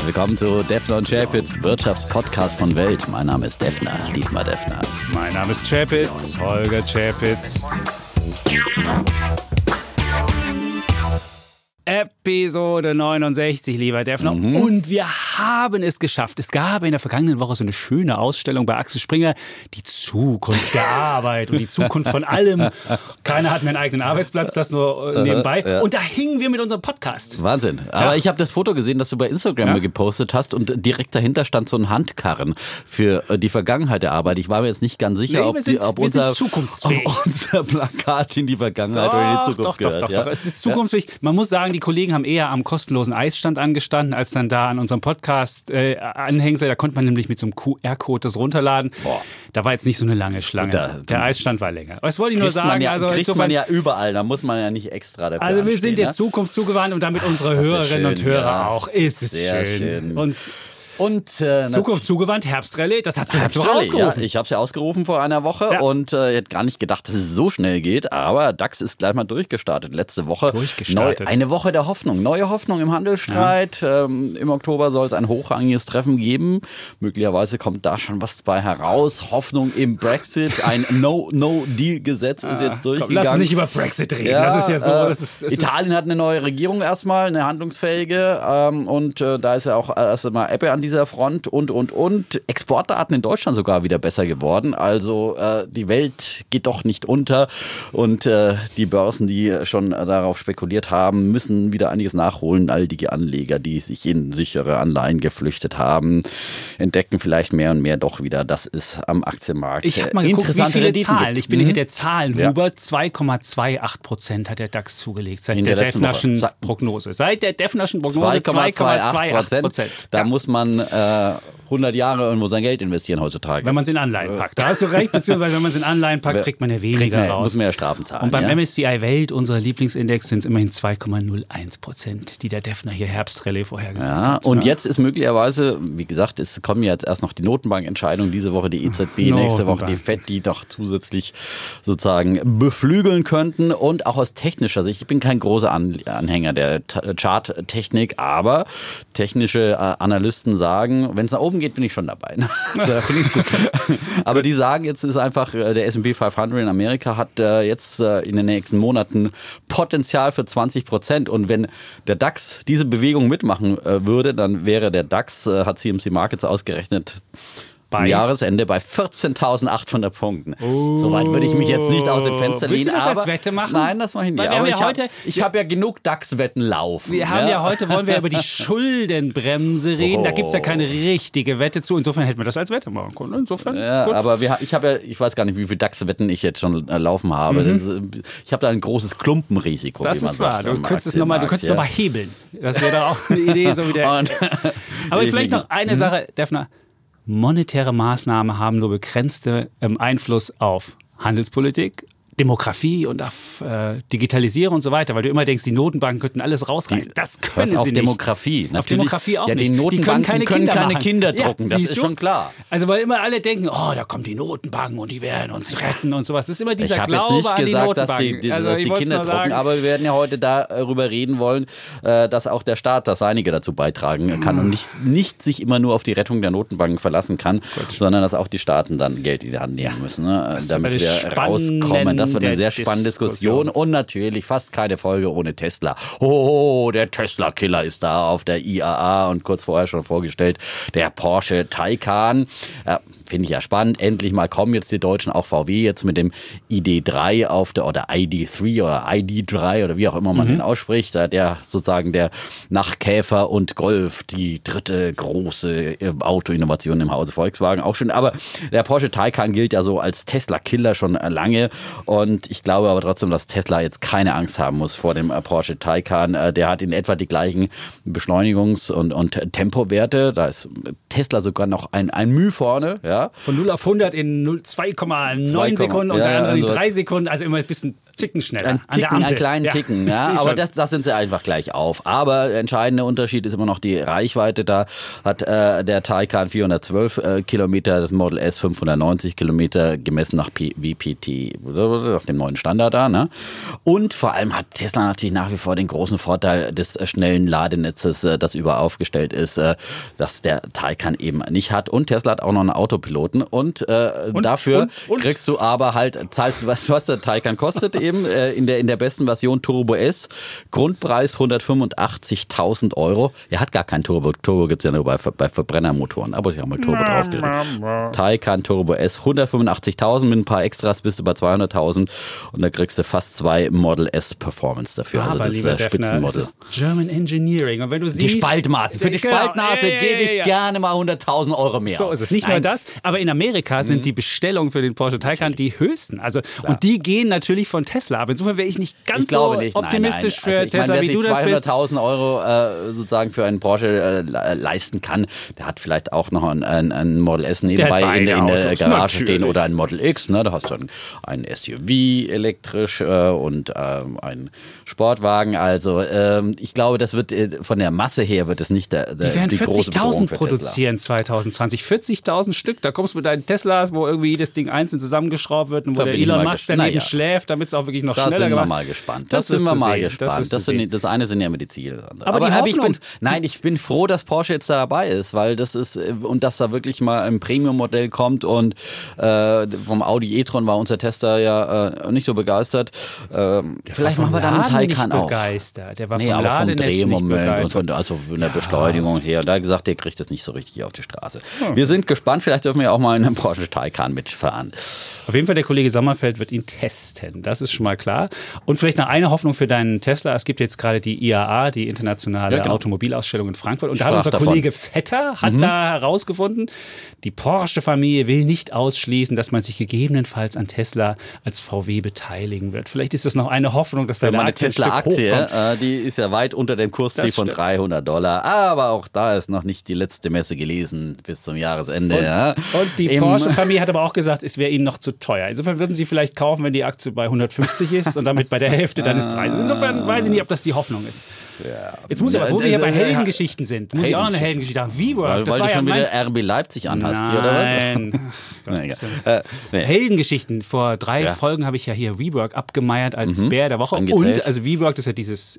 Herzlich willkommen zu Defner und Chapitz, Wirtschaftspodcast von Welt. Mein Name ist Defner, Dietmar Defner. Mein Name ist Chapitz, Holger Chapitz. Episode 69, lieber Defner. Und wir haben es geschafft. Es gab in der vergangenen Woche so eine schöne Ausstellung bei Axel Springer. Die Zukunft der Arbeit und die Zukunft von allem. Keiner hat mehr einen eigenen Arbeitsplatz, das nur nebenbei. Ja. Und da hingen wir mit unserem Podcast. Wahnsinn. Aber ich habe das Foto gesehen, das du bei Instagram gepostet hast. Und direkt dahinter stand so ein Handkarren für die Vergangenheit der Arbeit. Ich war mir jetzt nicht ganz sicher, ob unser Plakat in die Vergangenheit oder in die Zukunft gehört. Doch. Es ist zukunftsfähig. Man muss sagen, die Kollegen haben eher am kostenlosen Eisstand angestanden, als dann da an unserem Podcast-Anhängsel. Da konnte man nämlich mit so einem QR-Code das runterladen. Boah. Da war jetzt nicht so eine lange Schlange. Der Eisstand war länger. Aber das wollte ich nur sagen. Kriegt man ja überall, da muss man ja nicht extra dafür Also wir sind der Zukunft zugewandt und damit unsere Hörerinnen und Hörer auch. Ist es schön. Und Zukunft zugewandt, Herbstrallye, das hast du ausgerufen. Ja, ich habe es ja ausgerufen vor einer Woche und ich hätte gar nicht gedacht, dass es so schnell geht, aber DAX ist gleich mal durchgestartet. Letzte Woche eine Woche der Hoffnung, neue Hoffnung im Handelsstreit. Ja. Im Oktober soll es ein hochrangiges Treffen geben. Möglicherweise kommt da schon was bei heraus. Hoffnung im Brexit, ein No-Deal-Gesetz ist jetzt durchgegangen. Lass uns nicht über Brexit reden. Ja, das ist ja so. Italien hat eine neue Regierung erstmal, eine handlungsfähige und da ist ja auch erst einmal Apple an dieser Front und Exportdaten in Deutschland sogar wieder besser geworden. Also die Welt geht doch nicht unter und die Börsen, die schon darauf spekuliert haben, müssen wieder einiges nachholen. All die Anleger, die sich in sichere Anleihen geflüchtet haben, entdecken vielleicht mehr und mehr doch wieder, dass es am Aktienmarkt ich habe mal geguckt, wie viele Zahlen. Ich bin hier der Zahlenhuber. 2,28% hat der DAX zugelegt seit der Defnerschen Prognose. Seit der Defnerschen Prognose 2,28%. Da muss man 100 Jahre irgendwo sein Geld investieren heutzutage. Wenn man es in Anleihen packt. Da hast du recht, beziehungsweise wenn man es in Anleihen packt, kriegt man ja weniger raus. Muss man ja Strafen zahlen. Und beim MSCI Welt, unser Lieblingsindex, sind es immerhin 2,01%, die der Defner hier Herbstrallye vorhergesagt hat. Und jetzt ist möglicherweise, wie gesagt, es kommen ja jetzt erst noch die Notenbankentscheidungen, diese Woche die EZB, nächste Woche die FED, die doch zusätzlich sozusagen beflügeln könnten. Und auch aus technischer Sicht, ich bin kein großer Anhänger der Charttechnik, aber technische Analysten sagen, wenn es nach oben geht, bin ich schon dabei. Aber die sagen, jetzt ist einfach, der S&P 500 in Amerika hat jetzt in den nächsten Monaten Potenzial für 20%. Und wenn der DAX diese Bewegung mitmachen würde, dann wäre der DAX, hat CMC Markets ausgerechnet, am Jahresende bei 14.800 Punkten. So weit würde ich mich jetzt nicht aus dem Fenster lehnen. Willst du das als Wette machen? Nein, das mache ich nicht. Aber ich habe ja genug DAX-Wetten laufen. Wir haben heute wollen wir über die Schuldenbremse reden. Da gibt es ja keine richtige Wette zu. Insofern hätten wir das als Wette machen können. Insofern, gut. Aber ich weiß gar nicht, wie viele DAX-Wetten ich jetzt schon laufen habe. Ich habe da ein großes Klumpenrisiko, das wie man sagt. Du könntest es nochmal hebeln. Das wäre doch auch eine Idee. So wie der aber vielleicht noch eine Sache, Defner. Monetäre Maßnahmen haben nur begrenzte Einfluss auf Handelspolitik, Demografie und auf Digitalisierung und so weiter, weil du immer denkst, die Notenbanken könnten alles rausreißen. Das können sie nicht. Demografie. Auf Demografie auch nicht. Die Notenbanken können keine Kinder drucken, das ist schon klar. Also weil immer alle denken, da kommen die Notenbanken und die werden uns retten und sowas. Das ist immer dieser Glaube an die Notenbanken. Ich habe jetzt nicht gesagt, dass die Kinder drucken, aber wir werden ja heute darüber reden wollen, dass auch der Staat das Einige dazu beitragen kann und nicht sich immer nur auf die Rettung der Notenbanken verlassen kann, sondern dass auch die Staaten dann Geld in die Hand nehmen müssen, damit wir rauskommen. Das war eine sehr spannende Diskussion und natürlich fast keine Folge ohne Tesla. Der Tesla-Killer ist da auf der IAA und kurz vorher schon vorgestellt, der Porsche Taycan. Finde ich ja spannend. Endlich mal kommen jetzt die Deutschen, auch VW jetzt mit dem ID3 oder ID3 oder ID3 oder wie auch immer man den ausspricht. Der sozusagen der nach Käfer und Golf die dritte große Autoinnovation im Hause Volkswagen. Auch schön. Aber der Porsche Taycan gilt ja so als Tesla-Killer schon lange. Und ich glaube aber trotzdem, dass Tesla jetzt keine Angst haben muss vor dem Porsche Taycan. Der hat in etwa die gleichen Beschleunigungs- und Tempowerte. Da ist Tesla sogar noch ein Mühe vorne. Ja. Von 0 auf 100 in 2,9 Sekunden und der andere in 3 Sekunden. Also immer ein bisschen Ticken schneller. Einen kleinen Ticken, ja. Aber das sind sie einfach gleich auf. Aber der entscheidende Unterschied ist immer noch die Reichweite. Da hat der Taycan 412 Kilometer, das Model S 590 Kilometer, gemessen nach VPT, nach dem neuen Standard da. Ne? Und vor allem hat Tesla natürlich nach wie vor den großen Vorteil des schnellen Ladenetzes, das überall aufgestellt ist, dass der Taycan eben nicht hat. Und Tesla hat auch noch einen Autopiloten. Und dafür kriegst du aber halt, zahlst, was der Taycan kostet eben, in der besten Version Turbo S. Grundpreis 185.000 €. Er hat gar keinen Turbo. Turbo gibt es ja nur bei Verbrennermotoren. Aber ich habe mal Turbo draufgelegt. Taycan Turbo S 185.000, mit ein paar Extras bist du bei 200.000 und da kriegst du fast 2 Model S Performance dafür. Aber also das Spitzenmodell. Das ist German Engineering. Und wenn du siehst, die Spaltmaße. Für die Spaltmaße gebe ich gerne mal 100.000 € mehr. So ist es. Nicht nur das, aber in Amerika sind die Bestellungen für den Porsche Taycan die höchsten. Also, und die gehen natürlich von Tesla ab. Insofern wäre ich nicht ganz optimistisch für Tesla, wie du das bist. Wer sich 200.000 € sozusagen für einen Porsche leisten kann, der hat vielleicht auch noch ein Model S nebenbei in der Garage stehen oder ein Model X. Ne? Da hast du dann ein SUV elektrisch und einen Sportwagen. Also ich glaube, das wird von der Masse her wird es nicht die große Bedrohung für Tesla. 40.000 produzieren 2020. 40.000 Stück. Da kommst du mit deinen Teslas, wo irgendwie jedes Ding einzeln zusammengeschraubt wird und wo der Elon Musk daneben schläft, damit es auch wirklich noch schneller gemacht wird. Da sind wir mal gespannt. Das eine sind ja immer die Ziele. Aber ich bin froh, dass Porsche jetzt da dabei ist, weil das ist, und dass da wirklich mal ein Premium-Modell kommt und vom Audi e-tron war unser Tester ja nicht so begeistert. Vielleicht machen wir dann einen Taycan auch. Der war vom Ladenetz nicht begeistert. Also von der Beschleunigung her. Da hat gesagt, der kriegt das nicht so richtig auf die Straße. Wir sind gespannt, vielleicht dürfen wir auch mal in einem Porsche Taycan mitfahren. Auf jeden Fall, der Kollege Sommerfeld wird ihn testen. Das ist schon mal klar. Und vielleicht noch eine Hoffnung für deinen Tesla. Es gibt jetzt gerade die IAA, die internationale Automobilausstellung in Frankfurt. Und da hat unser Kollege Vetter da herausgefunden, die Porsche-Familie will nicht ausschließen, dass man sich gegebenenfalls an Tesla als VW beteiligen wird. Vielleicht ist das noch eine Hoffnung, dass da meine Tesla-Aktie, die ist ja weit unter dem Kursziel von $300. Aber auch da ist noch nicht die letzte Messe gelesen bis zum Jahresende. Und die Porsche-Familie hat aber auch gesagt, es wäre ihnen noch zu teuer. Insofern würden sie vielleicht kaufen, wenn die Aktie bei 150 ist und damit bei der Hälfte deines Preises. Insofern weiß ich nicht, ob das die Hoffnung ist. Ja. Jetzt muss ich aber, wo wir hier bei Heldengeschichten sind, muss ich auch noch eine Heldengeschichte haben. WeWork. Weil du schon wieder RB Leipzig anhast hier, oder was? Heldengeschichten. Vor 3 Folgen habe ich ja hier WeWork abgemeiert als Bär der Woche. Angezählt. Und also WeWork, das ist ja dieses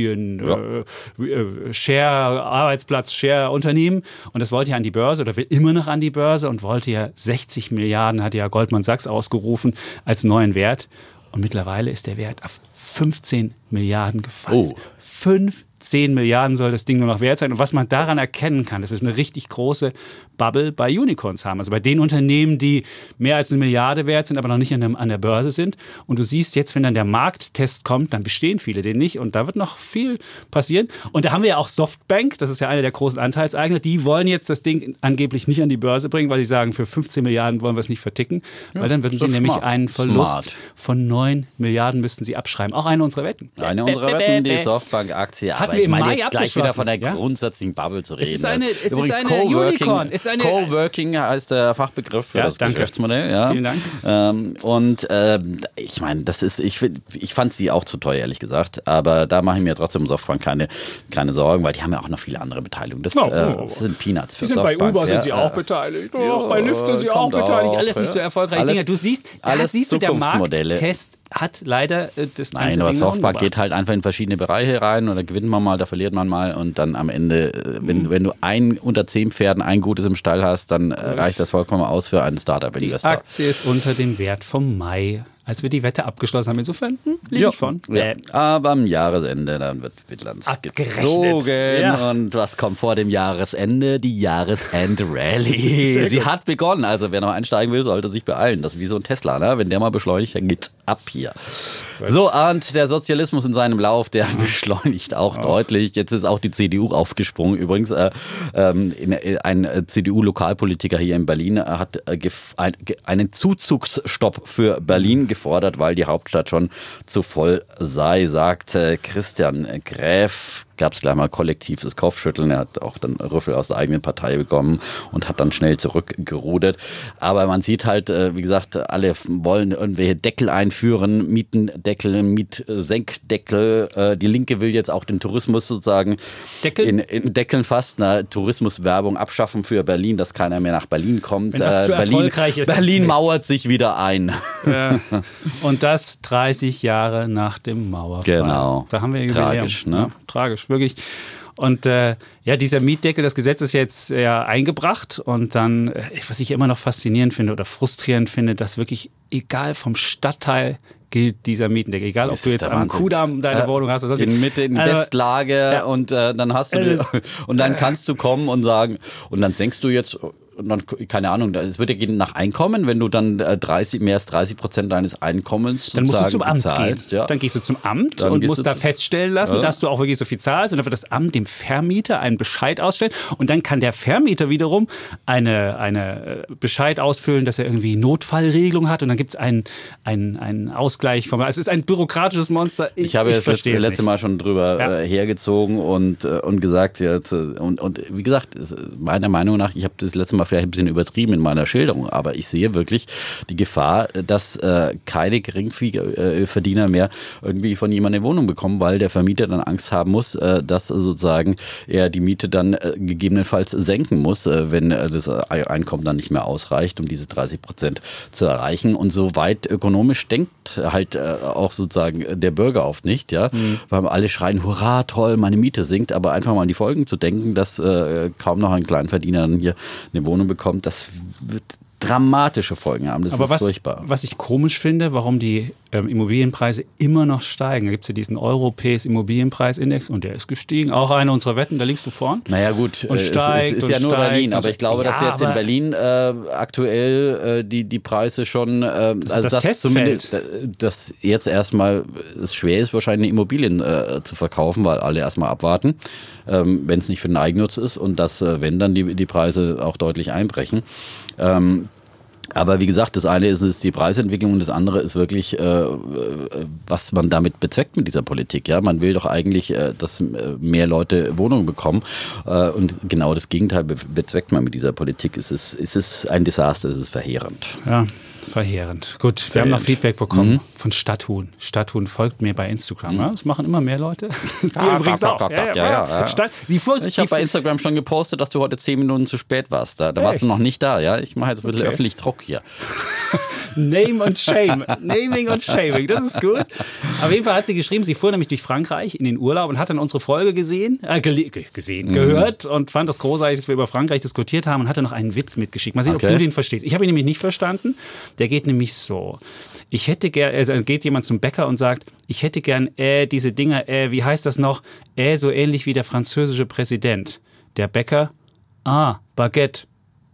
Share, Arbeitsplatz, Share-Unternehmen. Und das wollte ja an die Börse oder will immer noch an die Börse und wollte ja 60 Milliarden, hat ja Goldman Sachs ausgerufen, als neuen Wert. Und mittlerweile ist der Wert auf 15 Milliarden gefallen. 15 Milliarden soll das Ding nur noch wert sein. Und was man daran erkennen kann, das ist eine richtig große Bubble bei Unicorns haben. Also bei den Unternehmen, die mehr als 1 Milliarde wert sind, aber noch nicht an der Börse sind. Und du siehst jetzt, wenn dann der Markttest kommt, dann bestehen viele den nicht. Und da wird noch viel passieren. Und da haben wir ja auch Softbank, das ist ja einer der großen Anteilseigner. Die wollen jetzt das Ding angeblich nicht an die Börse bringen, weil sie sagen, für 15 Milliarden wollen wir es nicht verticken. Weil dann würden sie nämlich einen Verlust von 9 Milliarden müssten sie abschreiben. Auch eine unserer Wetten. Eine unserer Wetten, die Softbank-Aktie. Aber ich meine jetzt gleich wieder von der grundsätzlichen Bubble zu reden. Es ist eine Unicorn. Coworking heißt der Fachbegriff für das Geschäftsmodell. Ja. Vielen Dank. Und ich meine, ich fand sie auch zu teuer, ehrlich gesagt. Aber da mache ich mir trotzdem um Softbank keine Sorgen, weil die haben ja auch noch viele andere Beteiligungen. Das sind Peanuts für Softbank. Bei Uber sind sie auch beteiligt. Bei Lyft sind sie auch beteiligt. Alles nicht so erfolgreiche Dinge. Du siehst, der Markttest hat leider das ganze Nein, aber Softbank geht halt einfach in verschiedene Bereiche rein und da gewinnt man mal, da verliert man mal und dann am Ende, wenn du unter 10 Pferden ein gutes im Stall hast, dann reicht das vollkommen aus für einen Startup-Investor. Die Aktie ist unter dem Wert vom Mai, als wir die Wette abgeschlossen haben. Insofern liege ich von. Ja. Aber am Jahresende, dann wird Bilanz gezogen. Ja. Und was kommt vor dem Jahresende? Die Jahresend-Rally. Sie hat begonnen. Also wer noch einsteigen will, sollte sich beeilen. Das ist wie so ein Tesla. Ne? Wenn der mal beschleunigt, dann geht's ab hier. So, und der Sozialismus in seinem Lauf, der beschleunigt auch deutlich. Jetzt ist auch die CDU aufgesprungen. Übrigens, ein CDU-Lokalpolitiker hier in Berlin hat einen Zuzugsstopp für Berlin gefordert, weil die Hauptstadt schon zu voll sei, sagt Christian Gräf. gab es gleich mal kollektives Kopfschütteln. Er hat auch dann Rüffel aus der eigenen Partei bekommen und hat dann schnell zurückgerudert. Aber man sieht halt, wie gesagt, alle wollen irgendwelche Deckel einführen, Mietendeckel, Mietsenkdeckel. Die Linke will jetzt auch den Tourismus sozusagen in Deckeln fast, Tourismuswerbung abschaffen für Berlin, dass keiner mehr nach Berlin kommt. Wenn das zu erfolgreich ist, Berlin mauert sich wieder ein. Ja. Und das 30 Jahre nach dem Mauerfall. Genau. Da haben wir Jubiläum. Tragisch, ne? Ja, tragisch, wirklich. Und dieser Mietdeckel, das Gesetz ist jetzt eingebracht und dann, was ich immer noch faszinierend finde oder frustrierend finde, dass wirklich, egal vom Stadtteil, gilt dieser Mietendeckel. Egal, ob du jetzt am Kudamm deine Wohnung hast. Oder in Mitte, in Westlage und dann hast du und dann kannst du kommen und sagen, und dann senkst du jetzt, und dann, keine Ahnung, es wird ja gehen nach Einkommen, wenn du dann mehr als 30% deines Einkommens dann musst du zum Amt bezahlst, gehen. Ja. Dann gehst du zum Amt und musst da feststellen lassen, dass du auch wirklich so viel zahlst. Und dann wird das Amt dem Vermieter einen Bescheid ausstellen. Und dann kann der Vermieter wiederum eine Bescheid ausfüllen, dass er irgendwie Notfallregelung hat. Und dann gibt es einen Ausgleich. Also es ist ein bürokratisches Monster. Ich habe das letzte Mal schon drüber hergezogen und gesagt, und wie gesagt, meiner Meinung nach, ich habe das letzte Mal vielleicht ein bisschen übertrieben in meiner Schilderung, aber ich sehe wirklich die Gefahr, dass keine Geringverdiener mehr irgendwie von jemandem eine Wohnung bekommen, weil der Vermieter dann Angst haben muss, dass sozusagen er die Miete dann gegebenenfalls senken muss, wenn das Einkommen dann nicht mehr ausreicht, um diese 30% zu erreichen. Und so weit ökonomisch denkt halt auch sozusagen der Bürger oft nicht, ja, weil alle schreien, hurra, toll, meine Miete sinkt, aber einfach mal an die Folgen zu denken, dass kaum noch ein Kleinverdiener dann hier eine Wohnung bekommt, das wird dramatische Folgen haben. Das ist furchtbar. Was ich komisch finde, warum die Immobilienpreise immer noch steigen. Da gibt es ja diesen Europäischen Immobilienpreisindex und der ist gestiegen. Auch eine unserer Wetten, da liegst du vorn. Naja gut, und steigt, es ist ja nur Berlin, aber ich glaube, dass jetzt in Berlin aktuell die Preise schon, das Testfeld. Dass jetzt erstmal es schwer ist, wahrscheinlich Immobilien zu verkaufen, weil alle erstmal abwarten, wenn es nicht für den Eigennutz ist und dass, wenn dann die Preise auch deutlich einbrechen. Aber wie gesagt, das eine ist die Preisentwicklung und das andere ist wirklich, was man damit bezweckt mit dieser Politik. Ja, man will doch eigentlich, dass mehr Leute Wohnungen bekommen und genau das Gegenteil bezweckt man mit dieser Politik. Es ist ein Desaster, es ist verheerend. Ja. Verheerend. Gut, wir haben noch Feedback bekommen von Stadthuhn. Stadthuhn folgt mir bei Instagram. Ja? Das machen immer mehr Leute. Die übrigens auch. Ja. Ich habe bei Instagram schon gepostet, dass du heute 10 Minuten zu spät warst. Da warst du noch nicht da. Ja? Ich mache jetzt ein bisschen öffentlich Druck hier. Name und Shame. Naming und Shaming, das ist gut. Auf jeden Fall hat sie geschrieben, sie fuhr nämlich durch Frankreich in den Urlaub und hat dann unsere Folge gehört und fand das großartig, dass wir über Frankreich diskutiert haben und hatte noch einen Witz mitgeschickt. Mal sehen, ob du den verstehst. Ich habe ihn nämlich nicht verstanden. Der geht nämlich so. Ich hätte gern, geht jemand zum Bäcker und sagt, ich hätte gern diese Dinger, wie heißt das noch? So ähnlich wie der französische Präsident. Der Bäcker, Baguette.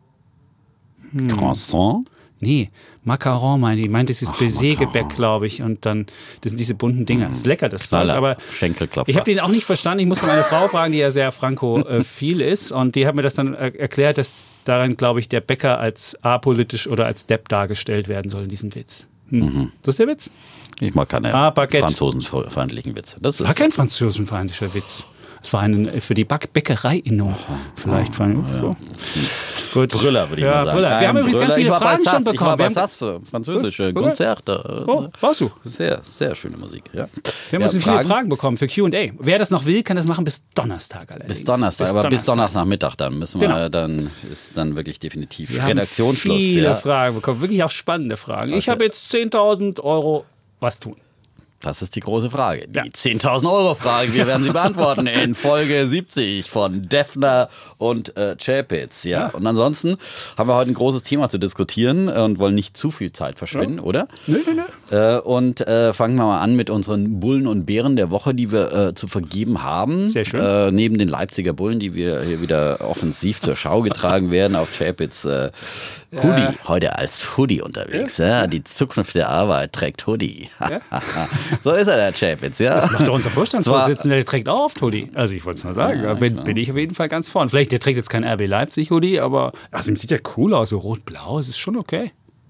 Croissant? Nee, Macaron meint das ist Baiser-Gebäck, glaube ich. Und dann, das sind diese bunten Dinger. Das ist lecker, das Zeug. Aber Schenkelklopfer. Ich habe den auch nicht verstanden. Ich musste meine Frau fragen, die ja sehr frankophil ist. Und die hat mir das dann erklärt, dass daran, glaube ich, der Bäcker als apolitisch oder als Depp dargestellt werden soll in diesem Witz. Das ist der Witz? Ich mag keine franzosenfeindlichen Witze. Das war kein franzosenfeindlicher Witz. Es war für die Bäckerei-Innung. Vielleicht so. Gut. Brüller, würde ich mal sagen. Brüller. Wir haben übrigens ganz viele Fragen schon bekommen. Ich war bei SAS, französische Konzerte. Warst du? Sehr, sehr schöne Musik. Ja. Wir haben uns viele Fragen bekommen für Q&A. Wer das noch will, kann das machen bis Donnerstag allerdings. Bis Donnerstagmittag dann müssen wir, dann ist dann wirklich definitiv Redaktionsschluss. Wir haben viele Fragen bekommen, wirklich auch spannende Fragen. Okay. Ich habe jetzt 10.000 Euro, was tun? Das ist die große Frage. Die 10.000 Euro Frage. Wir werden sie beantworten in Folge 70 von Defner und Chapitz. Ja. Und ansonsten haben wir heute ein großes Thema zu diskutieren und wollen nicht zu viel Zeit verschwenden, oder? Nö. Und fangen wir mal an mit unseren Bullen und Bären der Woche, die wir zu vergeben haben. Sehr schön. Neben den Leipziger Bullen, die wir hier wieder offensiv zur Schau getragen werden auf Chapitz. Hoodie, heute als Hoodie unterwegs. Ja. Die Zukunft der Arbeit trägt Hoodie. So ist er, der Chapitz, ja. Das macht doch unser Vorstandsvorsitzender, der trägt auch oft Hoodie. Also ich wollte es nur sagen, da bin ich auf jeden Fall ganz vorn. Vielleicht, der trägt jetzt kein RB Leipzig Hoodie, aber sieht ja cool aus, so rot-blau, es ist schon okay.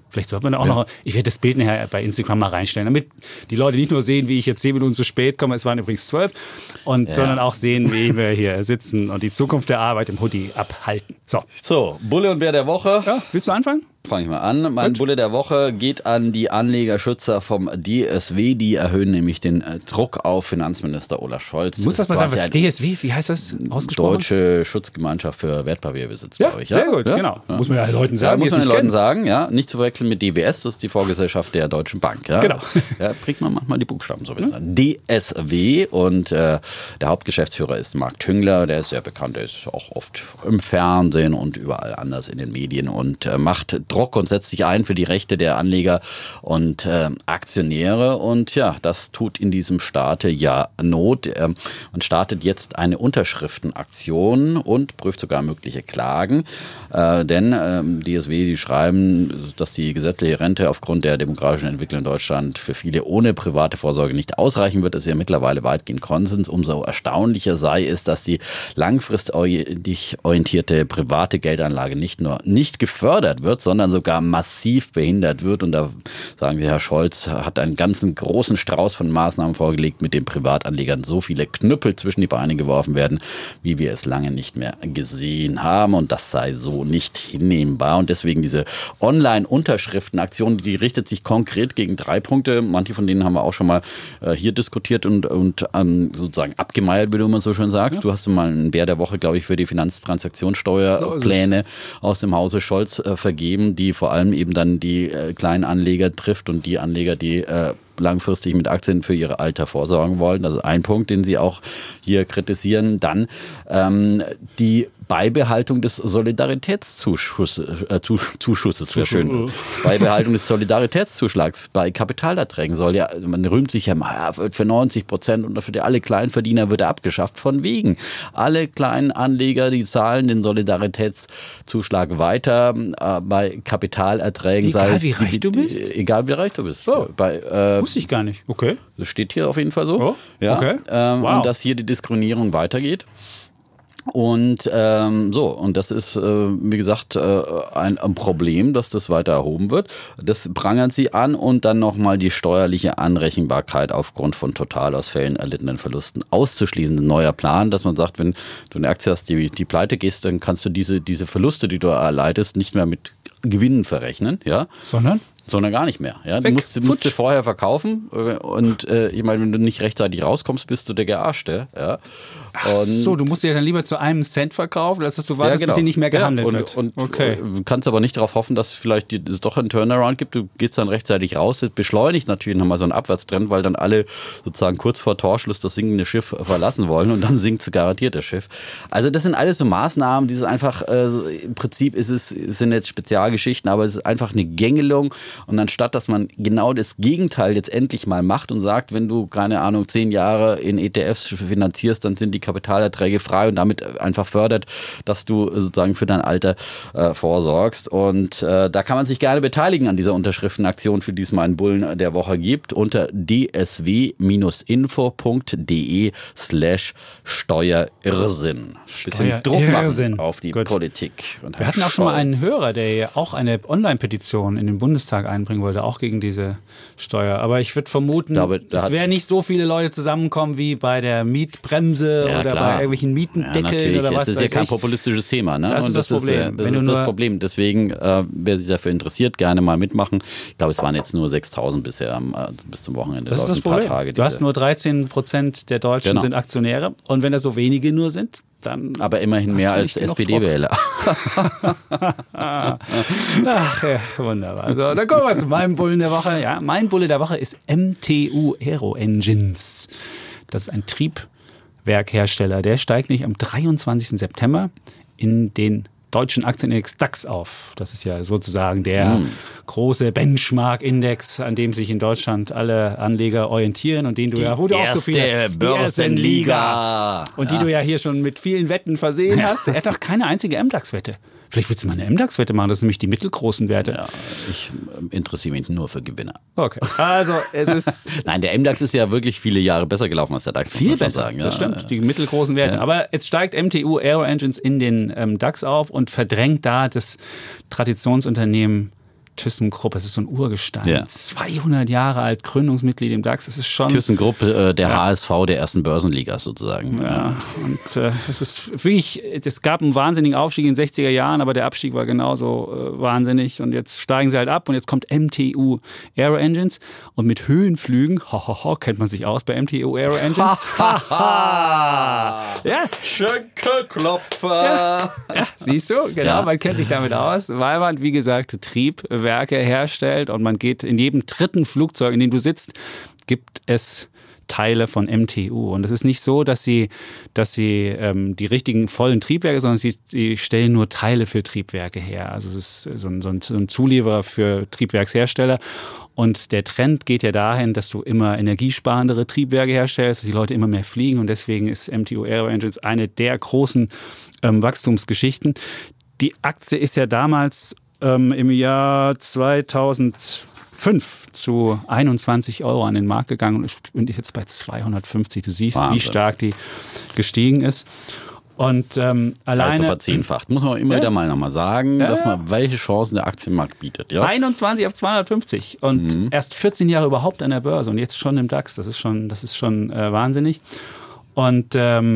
Vielleicht sollte man da auch noch, ich werde das Bild nachher bei Instagram mal reinstellen, damit die Leute nicht nur sehen, wie ich jetzt 10 Minuten zu spät komme, es waren übrigens 12, sondern auch sehen, wie wir hier sitzen und die Zukunft der Arbeit im Hoodie abhalten. So, Bulle und Bär der Woche. Ja, willst du anfangen? Fange ich mal an. Mein Bulle der Woche geht an die Anlegerschützer vom DSW. Die erhöhen nämlich den Druck auf Finanzminister Olaf Scholz. Muss das mal sagen, was DSW, wie heißt das ausgesprochen? Deutsche Schutzgemeinschaft für Wertpapierbesitz, glaube ich. Sehr gut, genau. Ja. Muss man ja den Leuten sagen. Muss man den Leuten sagen, ja. Nicht zu verwechseln mit DWS, das ist die Vorgesellschaft der Deutschen Bank. Ja. Genau. Ja, bringt man manchmal die Buchstaben so ein bisschen. DSW und der Hauptgeschäftsführer ist Marc Tüngler, der ist sehr bekannt, der ist auch oft im Fernsehen und überall anders in den Medien und macht Druck und setzt sich ein für die Rechte der Anleger und Aktionäre. Und ja, das tut in diesem Staate ja Not. Man startet jetzt eine Unterschriftenaktion und prüft sogar mögliche Klagen. Denn DSW, die schreiben, dass die gesetzliche Rente aufgrund der demografischen Entwicklung in Deutschland für viele ohne private Vorsorge nicht ausreichen wird. Das ist ja mittlerweile weitgehend Konsens. Umso erstaunlicher sei es, dass die langfristig orientierte private Geldanlage nicht nur nicht gefördert wird, sondern sogar massiv behindert wird. Und da sagen sie, Herr Scholz hat einen ganzen großen Strauß von Maßnahmen vorgelegt, mit dem Privatanlegern so viele Knüppel zwischen die Beine geworfen werden, wie wir es lange nicht mehr gesehen haben. Und das sei so nicht hinnehmbar. Und deswegen diese Online-Unterschriftenaktion, die richtet sich konkret gegen 3 Punkte. Manche von denen haben wir auch schon mal hier diskutiert und sozusagen abgemeiert, wie du immer so schön sagst. Ja. Du hast mal einen Bär der Woche, glaube ich, für die Finanztransaktionssteuerpläne aus dem Hause Scholz vergeben, die vor allem eben dann die kleinen Anleger trifft und die Anleger, die langfristig mit Aktien für ihr Alter vorsorgen wollen. Das ist ein Punkt, den sie auch hier kritisieren. Dann die Beibehaltung des Solidaritätszuschusses, wäre schön. Beibehaltung des Solidaritätszuschlags bei Kapitalerträgen soll ja, man rühmt sich ja mal, für 90% und für alle Kleinverdiener wird er abgeschafft. Von wegen. Alle kleinen Anleger, die zahlen den Solidaritätszuschlag weiter bei Kapitalerträgen. Egal wie reich du bist? Egal wie reich du bist. Oh. Wusste ich gar nicht. Okay. Das steht hier auf jeden Fall so. Oh. Ja. Okay. Wow. Und dass hier die Diskriminierung weitergeht. Und und das ist, wie gesagt, ein Problem, dass das weiter erhoben wird. Das prangern sie an und dann nochmal die steuerliche Anrechenbarkeit aufgrund von Totalausfällen, erlittenen Verlusten auszuschließen. Ein neuer Plan, dass man sagt, wenn du eine Aktie hast, die pleite gehst, dann kannst du diese Verluste, die du erleidest, nicht mehr mit Gewinnen verrechnen. Ja? Sondern gar nicht mehr. Ja? Du musst sie vorher verkaufen und ich meine, wenn du nicht rechtzeitig rauskommst, bist du der Gearschte. Ja? Ach so, du musst sie ja dann lieber zu einem Cent verkaufen, als dass du wartest, bis sie nicht mehr gehandelt wird. Und du kannst aber nicht darauf hoffen, dass vielleicht es doch einen Turnaround gibt. Du gehst dann rechtzeitig raus. Das beschleunigt natürlich nochmal so einen Abwärtstrend, weil dann alle sozusagen kurz vor Torschluss das sinkende Schiff verlassen wollen und dann sinkt garantiert das Schiff. Also das sind alles so Maßnahmen, die sind einfach, im Prinzip sind jetzt Spezialgeschichten, aber es ist einfach eine Gängelung. Und anstatt, dass man genau das Gegenteil jetzt endlich mal macht und sagt, wenn du, keine Ahnung, 10 Jahre in ETFs finanzierst, dann sind die Kapitalerträge frei und damit einfach fördert, dass du sozusagen für dein Alter vorsorgst. Und da kann man sich gerne beteiligen an dieser Unterschriftenaktion, für die es mal einen Bullen der Woche gibt, unter dsw-info.de/Steuerirrsinn. Bisschen Druck machen auf die Politik. Und wir hatten auch schon mal einen Hörer, der ja auch eine Online-Petition in den Bundestag einbringen wollte, auch gegen diese Steuer. Aber ich würde vermuten, es werden nicht so viele Leute zusammenkommen wie bei der Mietbremse oder bei irgendwelchen Mietendeckeln oder was. Das ist ja kein populistisches Thema. Ne? Das ist das Problem. Das ist das Problem. Deswegen, wer sich dafür interessiert, gerne mal mitmachen. Ich glaube, es waren jetzt nur 6.000 bisher bis zum Wochenende. Das ist das Problem. Du hast nur 13% der Deutschen sind Aktionäre. Und wenn da so wenige nur sind, dann aber immerhin mehr als SPD-Wähler. Ach ja, wunderbar. Also, dann kommen wir zu meinem Bullen der Woche. Ja, mein Bulle der Woche ist MTU Aero Engines. Das ist ein Triebwerkhersteller. Der steigt nicht am 23. September in den deutschen Aktienindex DAX auf. Das ist ja sozusagen der große Benchmark-Index, an dem sich in Deutschland alle Anleger orientieren und den du wo du auch so viele Börsenliga und die du ja hier schon mit vielen Wetten versehen hast. Er hat auch keine einzige MDAX-Wette. Vielleicht willst du mal eine MDAX-Wette machen, das sind nämlich die mittelgroßen Werte. Ja, ich interessiere mich nur für Gewinner. Okay, also es ist... Nein, der MDAX ist ja wirklich viele Jahre besser gelaufen als der DAX. Viel besser, sagen. Das stimmt, die mittelgroßen Werte. Ja. Aber jetzt steigt MTU Aero Engines in den DAX auf und verdrängt da das Traditionsunternehmen ThyssenKrupp, das ist so ein Urgestein. 200 Jahre alt, Gründungsmitglied im DAX, das ist schon... ThyssenKrupp, der HSV der ersten Börsenliga sozusagen. Ja, und es ist wirklich, es gab einen wahnsinnigen Aufstieg in den 60er Jahren, aber der Abstieg war genauso wahnsinnig und jetzt steigen sie halt ab und jetzt kommt MTU Aero Engines und mit Höhenflügen, kennt man sich aus bei MTU Aero Engines? Ja. Schenkelklopfer. Ja, siehst du, genau, man kennt sich damit aus, weil man, wie gesagt, Triebwerke herstellt und man geht in jedem dritten Flugzeug, in dem du sitzt, gibt es Teile von MTU. Und es ist nicht so, dass sie die richtigen vollen Triebwerke, sondern sie stellen nur Teile für Triebwerke her. Also es ist so ein Zulieferer für Triebwerkshersteller. Und der Trend geht ja dahin, dass du immer energiesparendere Triebwerke herstellst, dass die Leute immer mehr fliegen. Und deswegen ist MTU Aero Engines eine der großen Wachstumsgeschichten. Die Aktie ist ja damals im Jahr 2005 zu 21 € an den Markt gegangen und ist jetzt bei 250. Du siehst, Wahnsinn, wie stark die gestiegen ist. Und alleine... Also verzehnfacht. Muss man immer wieder mal nochmal sagen, dass man welche Chancen der Aktienmarkt bietet. Ja? 21 auf 250 und erst 14 Jahre überhaupt an der Börse und jetzt schon im DAX. Das ist schon wahnsinnig. Und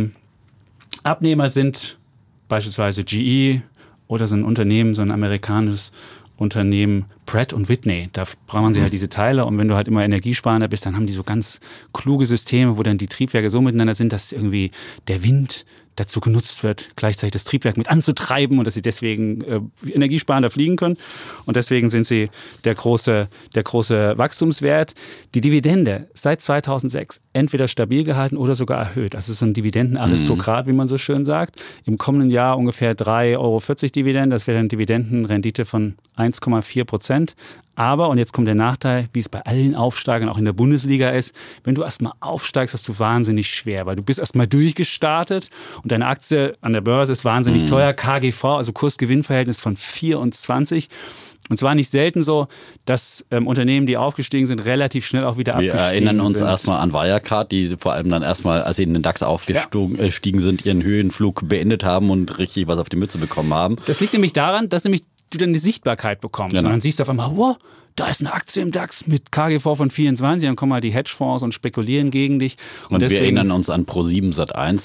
Abnehmer sind beispielsweise GE oder so ein Unternehmen, so ein amerikanisches Unternehmen Pratt & Whitney. Da braucht man sich halt diese Teile und wenn du halt immer energiesparender bist, dann haben die so ganz kluge Systeme, wo dann die Triebwerke so miteinander sind, dass irgendwie der Wind dazu genutzt wird, gleichzeitig das Triebwerk mit anzutreiben und dass sie deswegen energiesparender fliegen können. Und deswegen sind sie der große Wachstumswert. Die Dividende seit 2006 entweder stabil gehalten oder sogar erhöht. Das ist so ein Dividendenaristokrat, wie man so schön sagt. Im kommenden Jahr ungefähr 3,40 € Dividende. Das wäre eine Dividendenrendite von 1,4%. Aber, und jetzt kommt der Nachteil, wie es bei allen Aufsteigern auch in der Bundesliga ist, wenn du erstmal aufsteigst, hast du wahnsinnig schwer, weil du bist erstmal durchgestartet und deine Aktie an der Börse ist wahnsinnig teuer. KGV, also Kurs-Gewinn-Verhältnis von 24. Und zwar nicht selten so, dass Unternehmen, die aufgestiegen sind, relativ schnell auch wieder abgestiegen sind. Wir erinnern uns erstmal an Wirecard, die vor allem dann erstmal, als sie in den DAX aufgestiegen sind, ihren Höhenflug beendet haben und richtig was auf die Mütze bekommen haben. Das liegt nämlich daran, dass du dann die Sichtbarkeit bekommst. Genau. Und dann siehst du auf einmal, wow, da ist eine Aktie im DAX mit KGV von 24, dann kommen halt die Hedgefonds und spekulieren gegen dich. Und deswegen, wir erinnern uns an Pro7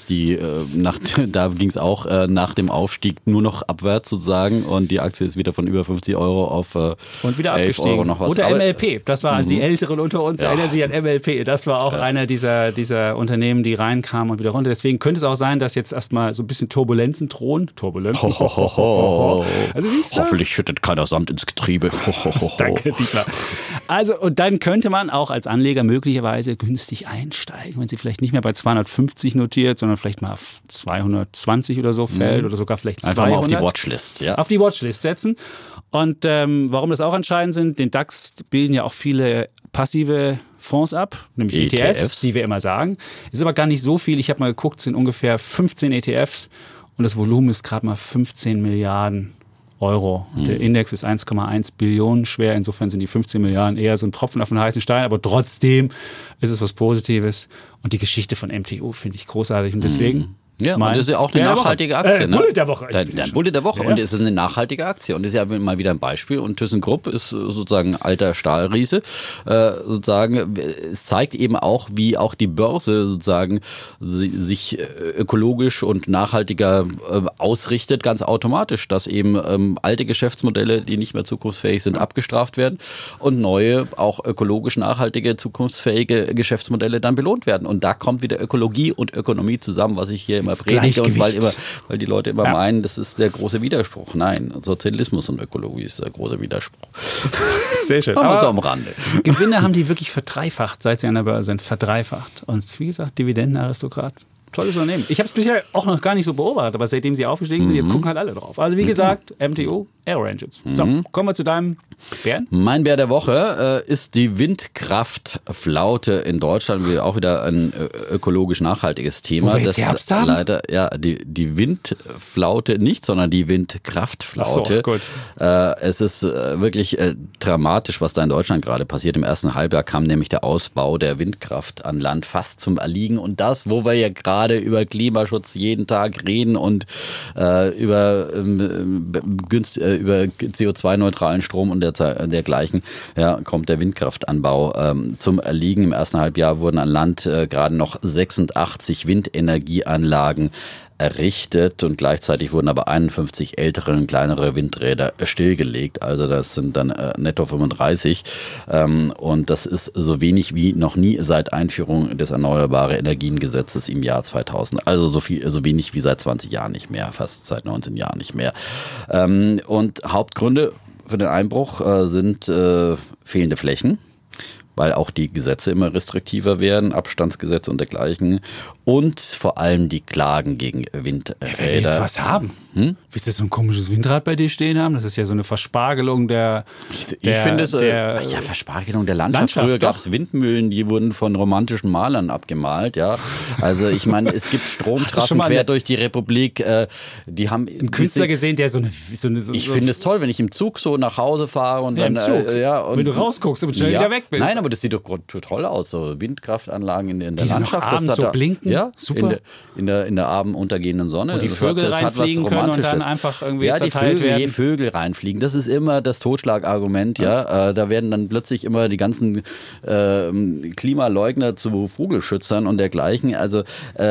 Sat.1, da ging es auch nach dem Aufstieg nur noch abwärts sozusagen und die Aktie ist wieder von über 50 € auf und wieder 11 abgestiegen. Euro noch was. Oder MLP, das war, also die Älteren unter uns erinnern sich an MLP, das war auch einer dieser Unternehmen, die reinkamen und wieder runter. Deswegen könnte es auch sein, dass jetzt erstmal so ein bisschen Turbulenzen drohen. Turbulenzen. Also, hoffentlich schüttet keiner Sand ins Getriebe. Danke. Also, und dann könnte man auch als Anleger möglicherweise günstig einsteigen, wenn sie vielleicht nicht mehr bei 250 notiert, sondern vielleicht mal auf 220 oder so fällt oder sogar vielleicht 200. Einfach mal auf die Watchlist. Ja. Auf die Watchlist setzen. Und warum das auch entscheidend sind, den DAX bilden ja auch viele passive Fonds ab, nämlich ETFs, die wir immer sagen. Ist aber gar nicht so viel. Ich habe mal geguckt, es sind ungefähr 15 ETFs und das Volumen ist gerade mal 15 Milliarden Euro. Der Index ist 1,1 Billionen schwer. Insofern sind die 15 Milliarden eher so ein Tropfen auf den heißen Stein. Aber trotzdem ist es was Positives. Und die Geschichte von MTU finde ich großartig. Und deswegen... Ja, und das ist ja auch eine nachhaltige Aktie. Bullet der Woche. Der Bullet der Woche. Ja. Und es ist eine nachhaltige Aktie. Und das ist ja mal wieder ein Beispiel. Und ThyssenKrupp ist sozusagen ein alter Stahlriese. Sozusagen, es zeigt eben auch, wie auch die Börse sozusagen sich ökologisch und nachhaltiger ausrichtet, ganz automatisch. Dass eben alte Geschäftsmodelle, die nicht mehr zukunftsfähig sind, abgestraft werden und neue, auch ökologisch nachhaltige, zukunftsfähige Geschäftsmodelle dann belohnt werden. Und da kommt wieder Ökologie und Ökonomie zusammen, was ich hier immer predige und weil die Leute immer meinen, das ist der große Widerspruch. Nein, Sozialismus und Ökologie ist der große Widerspruch. Sehr schön. Aber so am Rande. Gewinne haben die wirklich verdreifacht, seit sie an der Börse sind. Verdreifacht. Und wie gesagt, Dividendenaristokrat. Tolles Unternehmen. Ich habe es bisher auch noch gar nicht so beobachtet, aber seitdem sie aufgestiegen sind, jetzt gucken halt alle drauf. Also wie gesagt, MTU, Aero Engines. So, kommen wir zu deinem Bären. Mein Bär der Woche ist die Windkraftflaute in Deutschland. Auch wieder ein ökologisch nachhaltiges Thema. Wo wir jetzt Herbst haben? Leider, ja, die Windflaute nicht, sondern die Windkraftflaute. Ach so, gut. Es ist wirklich dramatisch, was da in Deutschland gerade passiert. Im ersten Halbjahr kam nämlich der Ausbau der Windkraft an Land fast zum Erliegen. Und das, wo wir ja gerade gerade über Klimaschutz jeden Tag reden und über CO2-neutralen Strom und dergleichen, ja, kommt der Windkraftanbau zum Erliegen. Im ersten Halbjahr wurden an Land gerade noch 86 Windenergieanlagen errichtet und gleichzeitig wurden aber 51 ältere und kleinere Windräder stillgelegt. Also das sind dann netto 35 und das ist so wenig wie noch nie seit Einführung des Erneuerbare Energiengesetzes im Jahr 2000. Also so wenig wie seit 20 Jahren nicht mehr, fast seit 19 Jahren nicht mehr. Und Hauptgründe für den Einbruch sind fehlende Flächen, weil auch die Gesetze immer restriktiver werden, Abstandsgesetze und dergleichen. Und vor allem die Klagen gegen Windräder. Wer will was haben? Willst du so ein komisches Windrad bei dir stehen haben? Das ist ja so eine Verspargelung der Ich finde es, Verspargelung der Landschaft. Früher gab es Windmühlen, die wurden von romantischen Malern abgemalt. Ja. Also ich meine, es gibt Stromtrassen quer durch die Republik. Die haben einen Künstler gesehen, der so eine ich finde es toll, wenn ich im Zug so nach Hause fahre und dann... im Zug. Und wenn du rausguckst und schnell wieder weg bist. Nein, aber das sieht doch toll aus. So Windkraftanlagen in der Landschaft. Abends das so blinken. Ja, super. In der abend untergehenden Sonne. Wo die Vögel reinfliegen können und dann einfach irgendwie zerteilt werden. Die Vögel reinfliegen. Das ist immer das Totschlagargument. Ja. Da werden dann plötzlich immer die ganzen Klimaleugner zu Vogelschützern und dergleichen. Also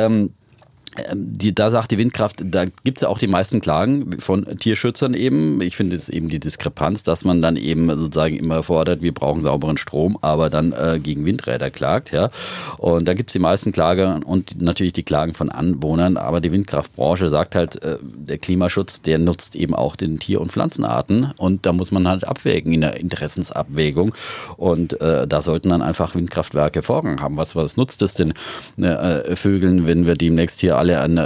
da sagt die Windkraft, da gibt es ja auch die meisten Klagen von Tierschützern eben. Ich finde es eben die Diskrepanz, dass man dann eben sozusagen immer fordert, wir brauchen sauberen Strom, aber dann gegen Windräder klagt. Ja. Und da gibt es die meisten Klagen und natürlich die Klagen von Anwohnern. Aber die Windkraftbranche sagt halt, der Klimaschutz, der nutzt eben auch den Tier- und Pflanzenarten. Und da muss man halt abwägen in der Interessensabwägung. Und da sollten dann einfach Windkraftwerke Vorrang haben. Was nutzt es den Vögeln, wenn wir demnächst hier alle an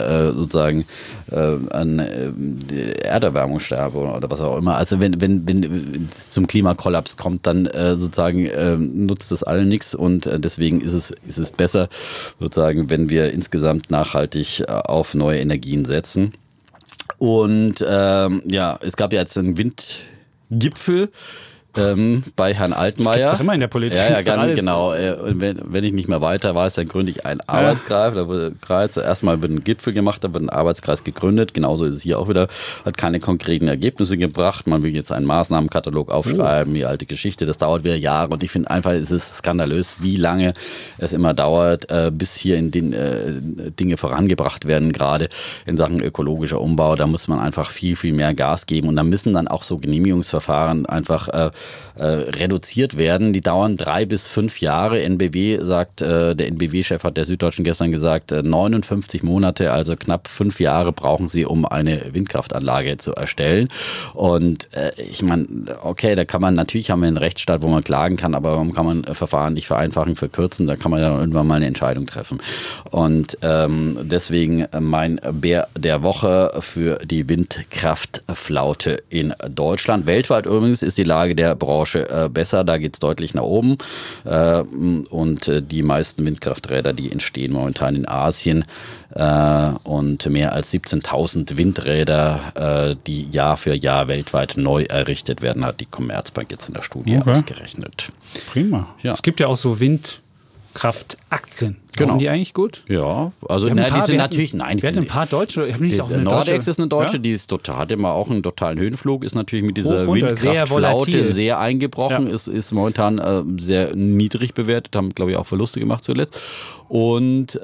Erderwärmung sterben oder was auch immer. Also wenn es zum Klimakollaps kommt, dann nutzt das allen nichts und deswegen ist es besser, sozusagen, wenn wir insgesamt nachhaltig auf neue Energien setzen. Und es gab ja jetzt einen Windgipfel bei Herrn Altmaier. Das gibt's doch immer in der Politik. Ja, ganz genau. Wenn ich nicht mehr weiter weiß, dann gründe ich einen Arbeitskreis. Da wurde erstmal wird ein Gipfel gemacht, da wird ein Arbeitskreis gegründet. Genauso ist es hier auch wieder. Hat keine konkreten Ergebnisse gebracht. Man will jetzt einen Maßnahmenkatalog aufschreiben, die alte Geschichte. Das dauert wieder Jahre und ich finde einfach, es ist skandalös, wie lange es immer dauert, bis hier in den Dinge vorangebracht werden, gerade in Sachen ökologischer Umbau. Da muss man einfach viel, viel mehr Gas geben und da müssen dann auch so Genehmigungsverfahren einfach reduziert werden. Die dauern 3 bis 5 Jahre. NBW sagt, der NBW-Chef hat der Süddeutschen gestern gesagt, 59 Monate, also knapp 5 Jahre brauchen sie, um eine Windkraftanlage zu erstellen. Und ich meine, okay, da kann man, natürlich haben wir einen Rechtsstaat, wo man klagen kann, aber warum kann man Verfahren nicht vereinfachen, verkürzen? Da kann man dann irgendwann mal eine Entscheidung treffen. Und deswegen mein Bär der Woche für die Windkraftflaute in Deutschland. Weltweit übrigens ist die Lage der Branche besser, da geht es deutlich nach oben und die meisten Windkrafträder, die entstehen momentan in Asien und mehr als 17.000 Windräder, die Jahr für Jahr weltweit neu errichtet werden, hat die Commerzbank jetzt in der Studie ausgerechnet. Prima. Ja. Es gibt ja auch so Windkraftaktien. Genau. Sind die eigentlich gut? Ja, also die sind natürlich, nein, wir hatten ein paar Deutsche. Nordex ist eine Deutsche, die ist total, hat immer auch einen totalen Höhenflug, ist natürlich mit dieser Windkraftflaute sehr eingebrochen, ist momentan sehr niedrig bewertet, haben, glaube ich, auch Verluste gemacht zuletzt. Und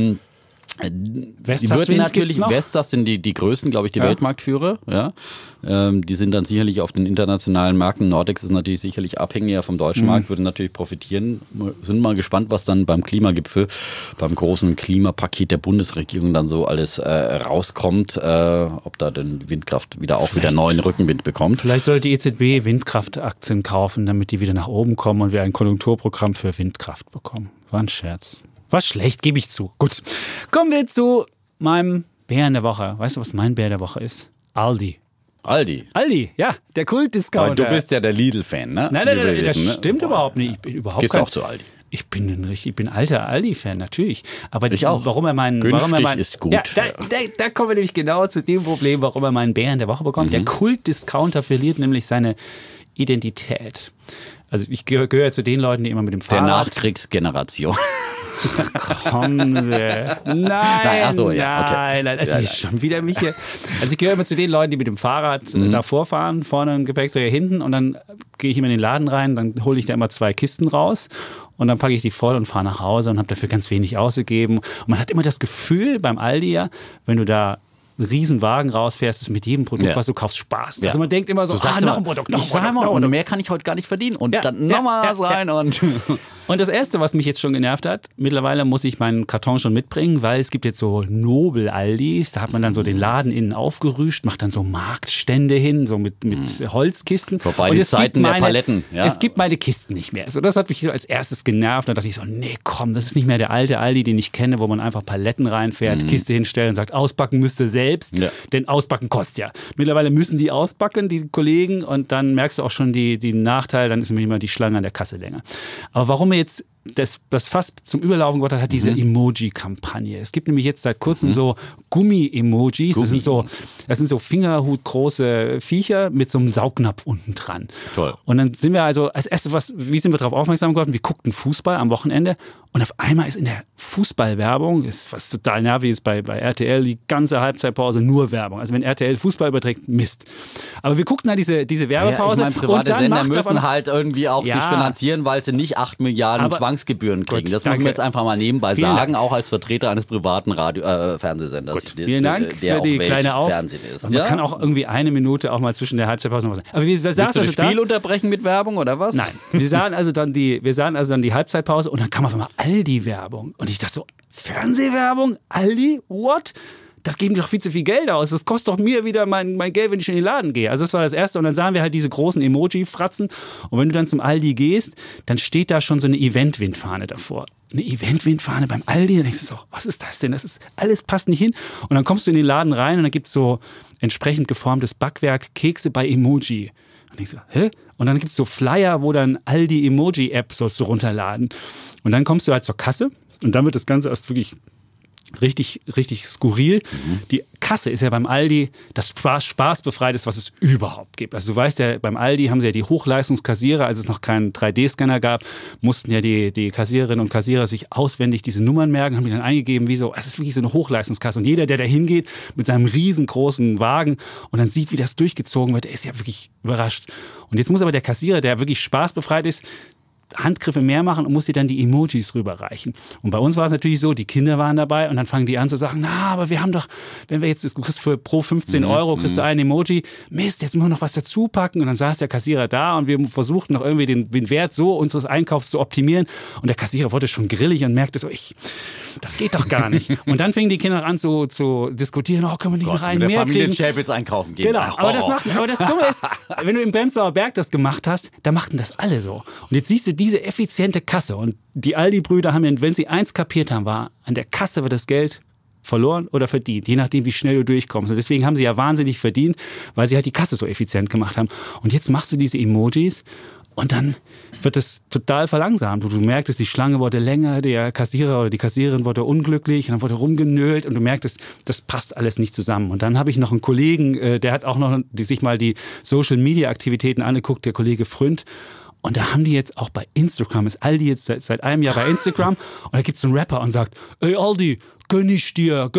die würden natürlich, Vestas sind die größten, glaube ich, die Weltmarktführer. Ja. Die sind dann sicherlich auf den internationalen Märkten. Nordex ist natürlich sicherlich abhängiger vom deutschen Markt, würden natürlich profitieren. Sind mal gespannt, was dann beim Klimagipfel, beim großen Klimapaket der Bundesregierung dann so alles rauskommt, ob da denn Windkraft wieder neuen Rückenwind bekommt. Vielleicht sollte die EZB Windkraftaktien kaufen, damit die wieder nach oben kommen und wir ein Konjunkturprogramm für Windkraft bekommen. War ein Scherz. War schlecht, gebe ich zu. Gut, kommen wir zu meinem Bär in der Woche. Weißt du, was mein Bär der Woche ist? Aldi, ja, der Kultdiscounter. Du bist ja der Lidl-Fan, ne? Nein, das stimmt überhaupt nicht. Ich bin überhaupt Gehst du auch zu Aldi? Ich bin alter Aldi-Fan, natürlich. Aber ich auch. Günstig ist gut. Ja, da kommen wir nämlich genau zu dem Problem, warum er meinen Bär in der Woche bekommt. Der Kultdiscounter verliert nämlich seine Identität. Also ich gehöre zu den Leuten, die immer mit dem Fahrrad... Der Nachkriegsgeneration. Kommen Sie. Nein, nein. Also ist schon wieder mich hier. Also ich gehöre immer zu den Leuten, die mit dem Fahrrad davor fahren, vorne ein Gepäckträger hinten und dann gehe ich immer in den Laden rein, dann hole ich da immer 2 Kisten raus und dann packe ich die voll und fahre nach Hause und habe dafür ganz wenig ausgegeben. Und man hat immer das Gefühl beim Aldi, ja, wenn du da einen Riesenwagen rausfährst, ist mit jedem Produkt, was du kaufst, Spaß. Also man denkt immer so, noch ein Produkt, noch ein Produkt. Und mehr kann ich heute gar nicht verdienen. Und dann nochmal rein. Und das Erste, was mich jetzt schon genervt hat, mittlerweile muss ich meinen Karton schon mitbringen, weil es gibt jetzt so Nobel-Aldis, da hat man dann so den Laden innen aufgerüscht, macht dann so Marktstände hin, so mit Holzkisten. Vorbei die Zeiten der Paletten. Ja. Es gibt meine Kisten nicht mehr. Also das hat mich als erstes genervt. Da dachte ich so, nee, komm, das ist nicht mehr der alte Aldi, den ich kenne, wo man einfach Paletten reinfährt, Kiste hinstellt und sagt, ausbacken müsst ihr selbst, denn ausbacken kostet ja. Mittlerweile müssen die ausbacken, die Kollegen, und dann merkst du auch schon die Nachteil, dann ist mir immer die Schlange an der Kasse länger. Aber warum mir jetzt das fast zum Überlaufen gebracht hat, diese Emoji-Kampagne. Es gibt nämlich jetzt seit kurzem so Gummi-Emojis. Das sind so fingerhutgroße Viecher mit so einem Saugnapf unten dran. Toll. Und dann sind wir also als erstes, wie sind wir darauf aufmerksam geworden? Wir guckten Fußball am Wochenende und auf einmal ist in der Fußballwerbung, ist was total nervig ist bei RTL, die ganze Halbzeitpause nur Werbung. Also wenn RTL Fußball überträgt, Mist. Aber wir guckten halt diese Werbepause. Ja, ich meine, private Sender müssen halt irgendwie auch sich finanzieren, weil sie nicht 8 Milliarden Zwangsgebühren kriegen. Gut, das muss man jetzt einfach mal nebenbei sagen, auch als Vertreter eines privaten Fernsehsenders. Vielen Dank für die kleine Fernsehen ist. Man kann auch irgendwie 1 Minute auch mal zwischen der Halbzeitpause noch was sagen. Aber willst du das Spiel unterbrechen mit Werbung oder was? Nein. Wir sahen also dann die Halbzeitpause und dann kam auf einmal Aldi-Werbung. Und ich dachte so, Fernsehwerbung? Aldi? What? Das geben die doch viel zu viel Geld aus. Das kostet doch mir wieder mein Geld, wenn ich in den Laden gehe. Also das war das Erste. Und dann sahen wir halt diese großen Emoji-Fratzen. Und wenn du dann zum Aldi gehst, dann steht da schon so eine Event-Windfahne davor. Eine Event-Windfahne beim Aldi. Dann denkst du so, was ist das denn? Alles passt nicht hin. Und dann kommst du in den Laden rein und dann gibt es so entsprechend geformtes Backwerk, Kekse bei Emoji. Und ich so, hä? Und dann gibt es so Flyer, wo dann Aldi-Emoji-App sollst du runterladen. Und dann kommst du halt zur Kasse und dann wird das Ganze erst wirklich richtig, richtig skurril. Die Kasse ist ja beim Aldi das spaßbefreites, was es überhaupt gibt. Also du weißt ja, beim Aldi haben sie ja die Hochleistungskassierer, als es noch keinen 3D-Scanner gab, mussten ja die Kassiererinnen und Kassierer sich auswendig diese Nummern merken, haben die dann eingegeben, wie so, es ist wirklich so eine Hochleistungskasse. Und jeder, der da hingeht mit seinem riesengroßen Wagen und dann sieht, wie das durchgezogen wird, der ist ja wirklich überrascht. Und jetzt muss aber der Kassierer, der wirklich spaßbefreit ist, Handgriffe mehr machen und muss dir dann die Emojis rüberreichen. Und bei uns war es natürlich so, die Kinder waren dabei und dann fangen die an zu sagen, aber wir haben doch, wenn wir jetzt, du kriegst pro 15 Euro, kriegst du ein Emoji, Mist, jetzt müssen wir noch was dazu packen. Und dann saß der Kassierer da und wir versuchten noch irgendwie den Wert so unseres Einkaufs zu optimieren. Und der Kassierer wurde schon grillig und merkte so, das geht doch gar nicht. Und dann fingen die Kinder an zu diskutieren, können wir nicht noch einen mehr kriegen. Chapitz einkaufen gehen. Genau, aber das Dumme ist, wenn du im Prenzlauer Berg das gemacht hast, da machten das alle so. Und jetzt siehst du diese effiziente Kasse und die Aldi-Brüder haben, wenn sie eins kapiert haben, war, an der Kasse wird das Geld verloren oder verdient, je nachdem, wie schnell du durchkommst. Und deswegen haben sie ja wahnsinnig verdient, weil sie halt die Kasse so effizient gemacht haben. Und jetzt machst du diese Emojis und dann wird es total verlangsamt. Du merkst, die Schlange wurde länger, der Kassierer oder die Kassiererin wurde unglücklich und dann wurde rumgenölt und du merkst, das passt alles nicht zusammen. Und dann habe ich noch einen Kollegen, der hat auch noch sich mal die Social-Media-Aktivitäten angeguckt, der Kollege Fründ. Und da haben die jetzt auch bei Instagram, ist Aldi jetzt seit einem Jahr bei Instagram und da gibt es einen Rapper und sagt, ey Aldi, gönn ich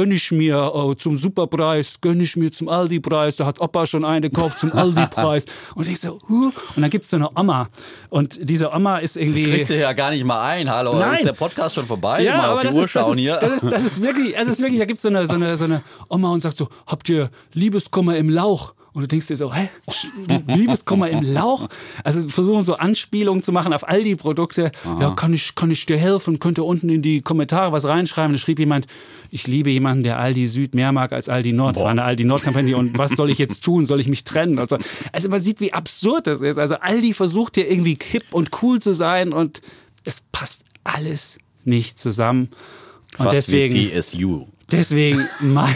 mir zum Superpreis, gönn ich mir zum Aldi-Preis, da hat Opa schon einen gekauft zum Aldi-Preis. Und ich so, und dann gibt es so eine Oma und diese Oma ist irgendwie... Das kriegst du ja gar nicht mal ein, hallo, Nein. Ist der Podcast schon vorbei? Ja, mal auf die Uhr schauen hier. Das ist wirklich, da gibt es so eine Oma und sagt so, habt ihr Liebeskummer im Lauch? Und du denkst dir so, Liebeskummer im Lauch? Also versuchen so Anspielungen zu machen auf all die Produkte. Aha. Ja, kann ich dir helfen? Könnt ihr unten in die Kommentare was reinschreiben? Da schrieb jemand, ich liebe jemanden, der Aldi Süd mehr mag als Aldi Nord. Das war eine Aldi Nord-Kampagne und was soll ich jetzt tun? Soll ich mich trennen? Also man sieht, wie absurd das ist. Also Aldi versucht hier irgendwie hip und cool zu sein und es passt alles nicht zusammen. Und fast deswegen, wie CSU. Deswegen mein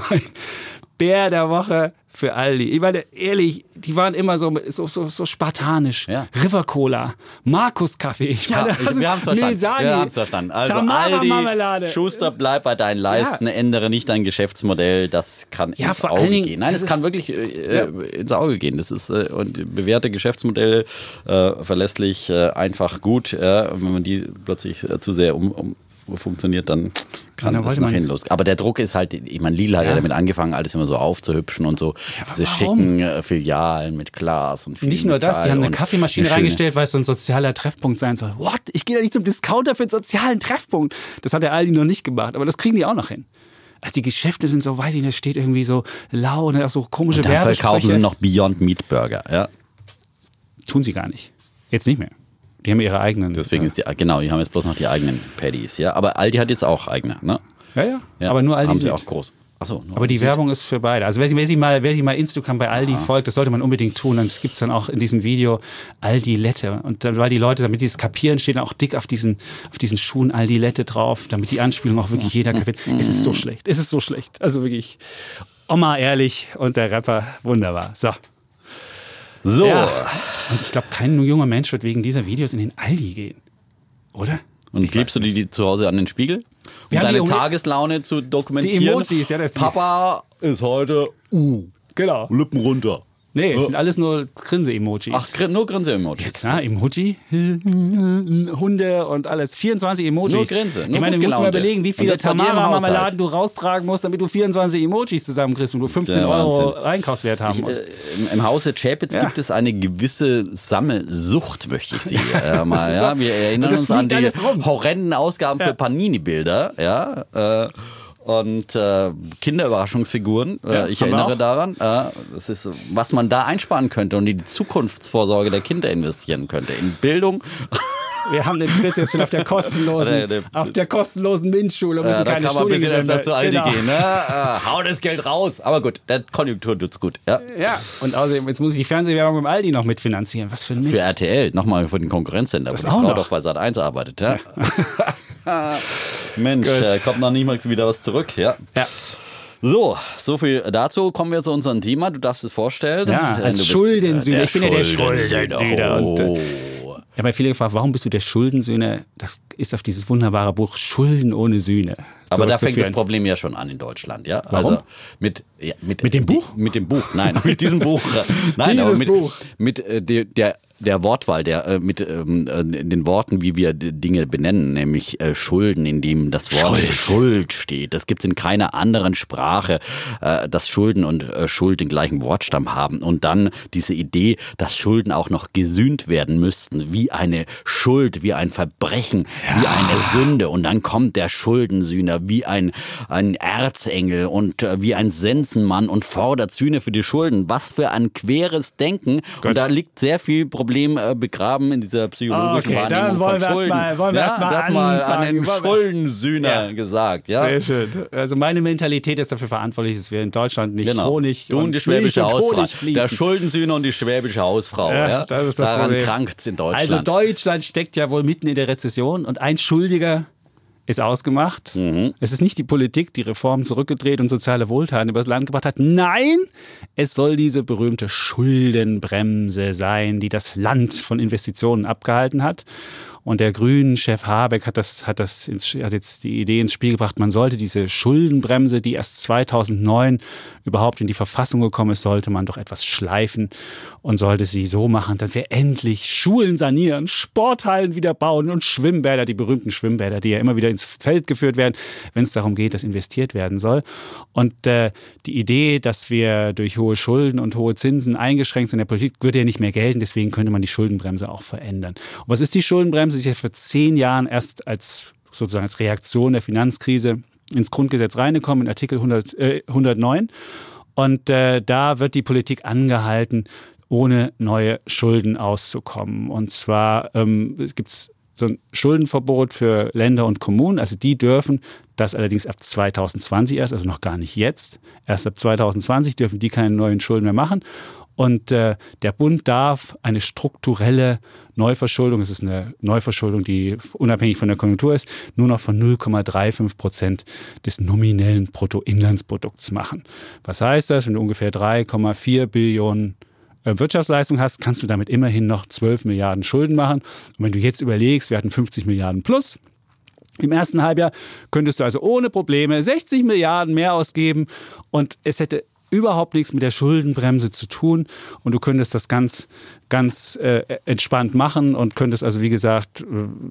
Bär der Woche für Aldi. Ich meine, ehrlich, die waren immer so spartanisch. Ja. River Cola, Markus Kaffee. Wir haben es verstanden. Also Aldi, Schuster, bleib bei deinen Leisten, ändere nicht dein Geschäftsmodell. Das kann ins Auge gehen. Nein, es kann wirklich ins Auge gehen. Das ist und bewährte Geschäftsmodelle verlässlich einfach gut. Wenn man die plötzlich zu sehr funktioniert, dann kann das nach hinten los. Aber der Druck ist halt, ich meine, Lidl hat ja damit angefangen, alles immer so aufzuhübschen und so. Diese schicken Filialen mit Glas und viel. Nicht nur das, die haben eine Kaffeemaschine reingestellt, weil es so ein sozialer Treffpunkt sein soll. What? Ich gehe da nicht zum Discounter für einen sozialen Treffpunkt. Das hat der Aldi noch nicht gemacht, aber das kriegen die auch noch hin. Also die Geschäfte sind so, weiß ich nicht, da steht irgendwie so lau und auch so komische Werbesprüche. Dann verkaufen sie noch Beyond Meat Burger, ja. Tun sie gar nicht. Jetzt nicht mehr. Die haben ihre eigenen. Deswegen ist die haben jetzt bloß noch die eigenen Patties, ja. Aber Aldi hat jetzt auch eigene, ne? Ja. Aber nur Aldi haben sie auch groß. Achso, aber die Werbung ist für beide. Also wer sich mal Instagram bei Aldi folgt, das sollte man unbedingt tun. Dann gibt es dann auch in diesem Video Aldi-Lette. Und dann, weil die Leute, damit dieses Kapieren, steht dann auch dick auf diesen Schuhen Aldi-Lette drauf, damit die Anspielung auch wirklich jeder kapiert. Es ist so schlecht. Also wirklich, Oma ehrlich und der Rapper wunderbar. So. Ja. Und ich glaube, kein junger Mensch wird wegen dieser Videos in den Aldi gehen. Oder? Und klebst du die zu Hause an den Spiegel? Um deine Tageslaune zu dokumentieren? Die Emojis, ja. Papa ist heute genau. Lippen runter. Nee, es sind alles nur Grinse-Emojis. Ach, nur Grinse-Emojis. Ja klar, Emoji, Hunde und alles. 24 Emojis. Nur Grinse. Ich meine, du musst mal überlegen, wie viele Tamara-Marmeladen du raustragen musst, damit du 24 Emojis zusammenkriegst und du 15 € Einkaufswert haben musst. Im Hause Chapitz gibt es eine gewisse Sammelsucht, möchte ich sie mal. Ja? Wir erinnern uns an die horrenden Ausgaben für Panini-Bilder. Ja, und Kinderüberraschungsfiguren. Ich erinnere daran. Das ist, was man da einsparen könnte und in die Zukunftsvorsorge der Kinder investieren könnte. In Bildung. Wir haben den Fritz jetzt schon auf der kostenlosen MINT-Schule. Da kann man ein bisschen öfter zu Aldi gehen. Ne? Hau das Geld raus. Aber gut, der Konjunktur tut's gut. Ja, und außerdem, jetzt muss ich die Fernsehwerbung beim Aldi noch mitfinanzieren. Was für ein Mist. Für RTL, nochmal für den Konkurrenzsender, wo die Frau doch bei Sat.1 arbeitet. Ja? Mensch, kommt noch niemals wieder was zurück. Ja. So viel dazu. Kommen wir zu unserem Thema. Du darfst es vorstellen. Ja, als Schuldensühner. Ich bin ja der Schuldensühner. Ich habe viele gefragt, warum bist du der Schuldensühner? Das ist auf dieses wunderbare Buch Schulden ohne Sühne. Aber da fängt das Problem ja schon an in Deutschland. Ja? Warum? Also mit dem Buch? Mit dem Buch, nein, mit diesem Buch. Nein, aber mit der Wortwahl, mit den Worten, wie wir Dinge benennen, nämlich Schulden, in dem das Wort Schuld steht. Das gibt es in keiner anderen Sprache, dass Schulden und Schuld den gleichen Wortstamm haben. Und dann diese Idee, dass Schulden auch noch gesühnt werden müssten, wie eine Schuld, wie ein Verbrechen, wie eine Sünde. Und dann kommt der Schuldensühner wie ein Erzengel und wie ein Sensenmann und fordert Sühne für die Schulden. Was für ein queres Denken. Gut. Und da liegt sehr viel Problem begraben in dieser psychologischen Wahrnehmung von Schulden. Wollen wir das mal an den Schuldensühner gesagt. Ja? Sehr schön. Also meine Mentalität ist dafür verantwortlich, dass wir in Deutschland nicht Honig und die schwäbische Hausfrau. Der Schuldensühner und die schwäbische Hausfrau. Ja, das ist das Daran krankt es in Deutschland. Also Deutschland steckt ja wohl mitten in der Rezession und ein Schuldiger ist ausgemacht. Es ist nicht die Politik, die Reformen zurückgedreht und soziale Wohltaten übers Land gebracht hat. Nein, es soll diese berühmte Schuldenbremse sein, die das Land von Investitionen abgehalten hat. Und der Grünen-Chef Habeck hat jetzt die Idee ins Spiel gebracht, man sollte diese Schuldenbremse, die erst 2009 überhaupt in die Verfassung gekommen ist, sollte man doch etwas schleifen und sollte sie so machen, dass wir endlich Schulen sanieren, Sporthallen wieder bauen und Schwimmbäder, die berühmten Schwimmbäder, die ja immer wieder ins Feld geführt werden, wenn es darum geht, dass investiert werden soll. Und die Idee, dass wir durch hohe Schulden und hohe Zinsen eingeschränkt sind in der Politik, würde ja nicht mehr gelten, deswegen könnte man die Schuldenbremse auch verändern. Und was ist die Schuldenbremse? Sie ist ja vor 10 Jahren erst als Reaktion der Finanzkrise ins Grundgesetz reingekommen, in Artikel 109. Und da wird die Politik angehalten, ohne neue Schulden auszukommen. Und zwar gibt es so ein Schuldenverbot für Länder und Kommunen. Also die dürfen das allerdings ab 2020 erst, also noch gar nicht jetzt. Erst ab 2020 dürfen die keine neuen Schulden mehr machen. Und der Bund darf eine strukturelle Neuverschuldung, es ist eine Neuverschuldung, die unabhängig von der Konjunktur ist, nur noch von 0,35% des nominellen Bruttoinlandsprodukts machen. Was heißt das? Wenn du ungefähr 3,4 Billionen Wirtschaftsleistung hast, kannst du damit immerhin noch 12 Milliarden Schulden machen. Und wenn du jetzt überlegst, wir hatten 50 Milliarden plus, im ersten Halbjahr könntest du also ohne Probleme 60 Milliarden mehr ausgeben und es hätte überhaupt nichts mit der Schuldenbremse zu tun und du könntest das ganz entspannt machen und könntest also, wie gesagt,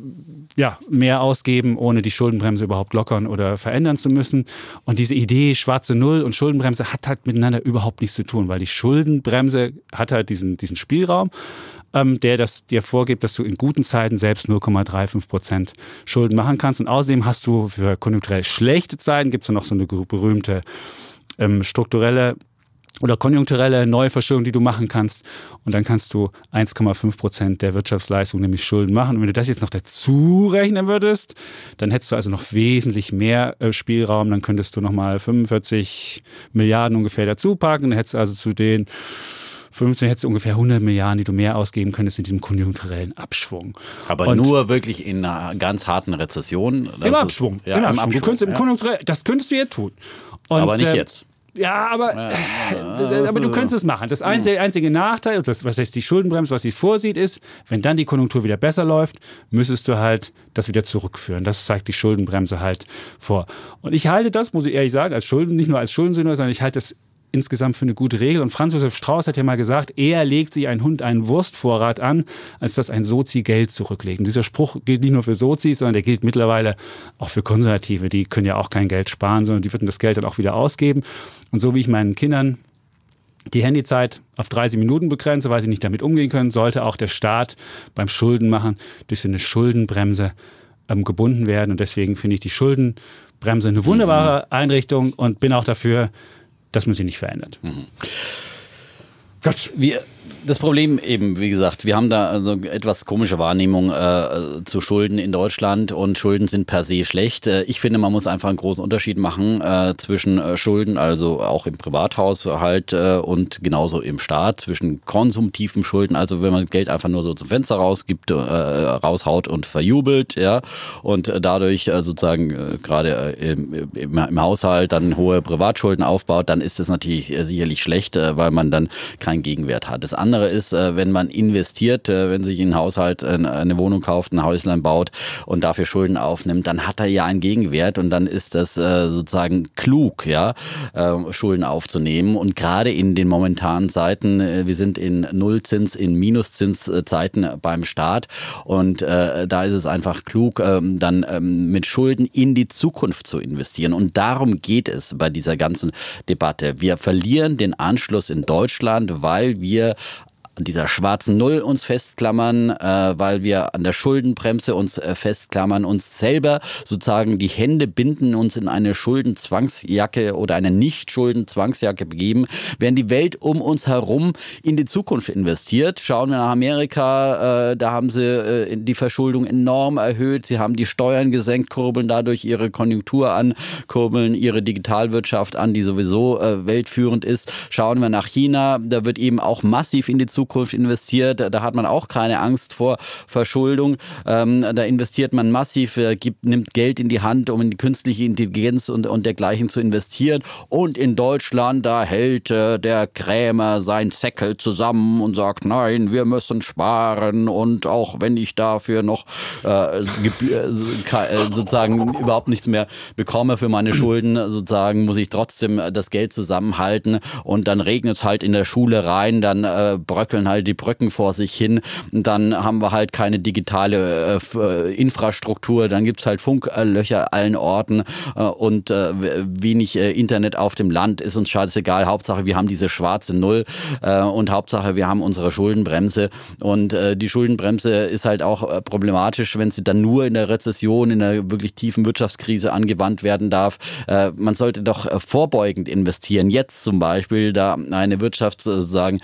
mehr ausgeben, ohne die Schuldenbremse überhaupt lockern oder verändern zu müssen. Und diese Idee, schwarze Null und Schuldenbremse, hat halt miteinander überhaupt nichts zu tun, weil die Schuldenbremse hat halt diesen Spielraum, der das dir vorgibt, dass du in guten Zeiten selbst 0,35% Schulden machen kannst. Und außerdem hast du für konjunkturell schlechte Zeiten, gibt es noch so eine berühmte strukturelle oder konjunkturelle Neuverschuldung, die du machen kannst. Und dann kannst du 1,5% der Wirtschaftsleistung, nämlich Schulden, machen. Und wenn du das jetzt noch dazu rechnen würdest, dann hättest du also noch wesentlich mehr Spielraum. Dann könntest du nochmal 45 Milliarden ungefähr dazu packen. Dann hättest du also zu den 15 hättest du ungefähr 100 Milliarden, die du mehr ausgeben könntest in diesem konjunkturellen Abschwung. Aber nur wirklich in einer ganz harten Rezession. Im Abschwung. Im Abschwung. Du könntest im konjunkturell, das könntest du jetzt tun. Und, aber nicht jetzt. Ja, aber du könntest es machen. Das einzige Nachteil, was heißt die Schuldenbremse, was sie vorsieht, ist, wenn dann die Konjunktur wieder besser läuft, müsstest du halt das wieder zurückführen. Das zeigt die Schuldenbremse halt vor. Und ich halte das, muss ich ehrlich sagen, nicht nur als Schuldensynder, sondern ich halte das insgesamt für eine gute Regel. Und Franz Josef Strauß hat ja mal gesagt, eher legt sich ein Hund einen Wurstvorrat an, als dass ein Sozi Geld zurücklegt. Und dieser Spruch gilt nicht nur für Sozis, sondern der gilt mittlerweile auch für Konservative. Die können ja auch kein Geld sparen, sondern die würden das Geld dann auch wieder ausgeben. Und so wie ich meinen Kindern die Handyzeit auf 30 Minuten begrenze, weil sie nicht damit umgehen können, sollte auch der Staat beim Schuldenmachen durch so eine Schuldenbremse gebunden werden. Und deswegen finde ich die Schuldenbremse eine wunderbare Einrichtung und bin auch dafür, dass man sie nicht verändert. Gott. Das Problem eben, wie gesagt, wir haben da also etwas komische Wahrnehmung zu Schulden in Deutschland und Schulden sind per se schlecht. Ich finde, man muss einfach einen großen Unterschied machen zwischen Schulden, also auch im Privathaushalt und genauso im Staat, zwischen konsumtiven Schulden, also wenn man Geld einfach nur so zum Fenster rausgibt, raushaut und verjubelt, ja, und dadurch sozusagen gerade im Haushalt dann hohe Privatschulden aufbaut, dann ist das natürlich sicherlich schlecht, weil man dann keinen Gegenwert hat. Das andere ist, wenn man investiert, wenn sich ein Haushalt eine Wohnung kauft, ein Häuslein baut und dafür Schulden aufnimmt, dann hat er ja einen Gegenwert und dann ist das sozusagen klug, ja, Schulden aufzunehmen. Und gerade in den momentanen Zeiten, wir sind in Nullzins, in Minuszinszeiten beim Staat und da ist es einfach klug, dann mit Schulden in die Zukunft zu investieren. Und darum geht es bei dieser ganzen Debatte. Wir verlieren den Anschluss in Deutschland, weil wir an dieser schwarzen Null uns festklammern, weil wir an der Schuldenbremse uns festklammern, uns selber sozusagen die Hände binden, uns in eine Schuldenzwangsjacke oder eine Nicht-Schulden-Zwangsjacke begeben, während die Welt um uns herum in die Zukunft investiert. Schauen wir nach Amerika, da haben sie die Verschuldung enorm erhöht, sie haben die Steuern gesenkt, kurbeln dadurch ihre Konjunktur an, kurbeln ihre Digitalwirtschaft an, die sowieso weltführend ist. Schauen wir nach China, da wird eben auch massiv in die Zukunft investiert, da hat man auch keine Angst vor Verschuldung, da investiert man massiv, nimmt Geld in die Hand, um in die künstliche Intelligenz und dergleichen zu investieren und in Deutschland, da hält der Krämer sein Säckel zusammen und sagt, nein, wir müssen sparen und auch wenn ich dafür noch sozusagen überhaupt nichts mehr bekomme für meine Schulden, sozusagen muss ich trotzdem das Geld zusammenhalten und dann regnet es halt in der Schule rein, dann bröckeln halt die Brücken vor sich hin. Dann haben wir halt keine digitale Infrastruktur. Dann gibt es halt Funklöcher allen Orten und wenig Internet auf dem Land. Ist uns scheißegal. Hauptsache, wir haben diese schwarze Null und Hauptsache, wir haben unsere Schuldenbremse. Und die Schuldenbremse ist halt auch problematisch, wenn sie dann nur in der Rezession, in einer wirklich tiefen Wirtschaftskrise angewandt werden darf. Man sollte doch vorbeugend investieren. Jetzt zum Beispiel, da eine Wirtschaftsflaute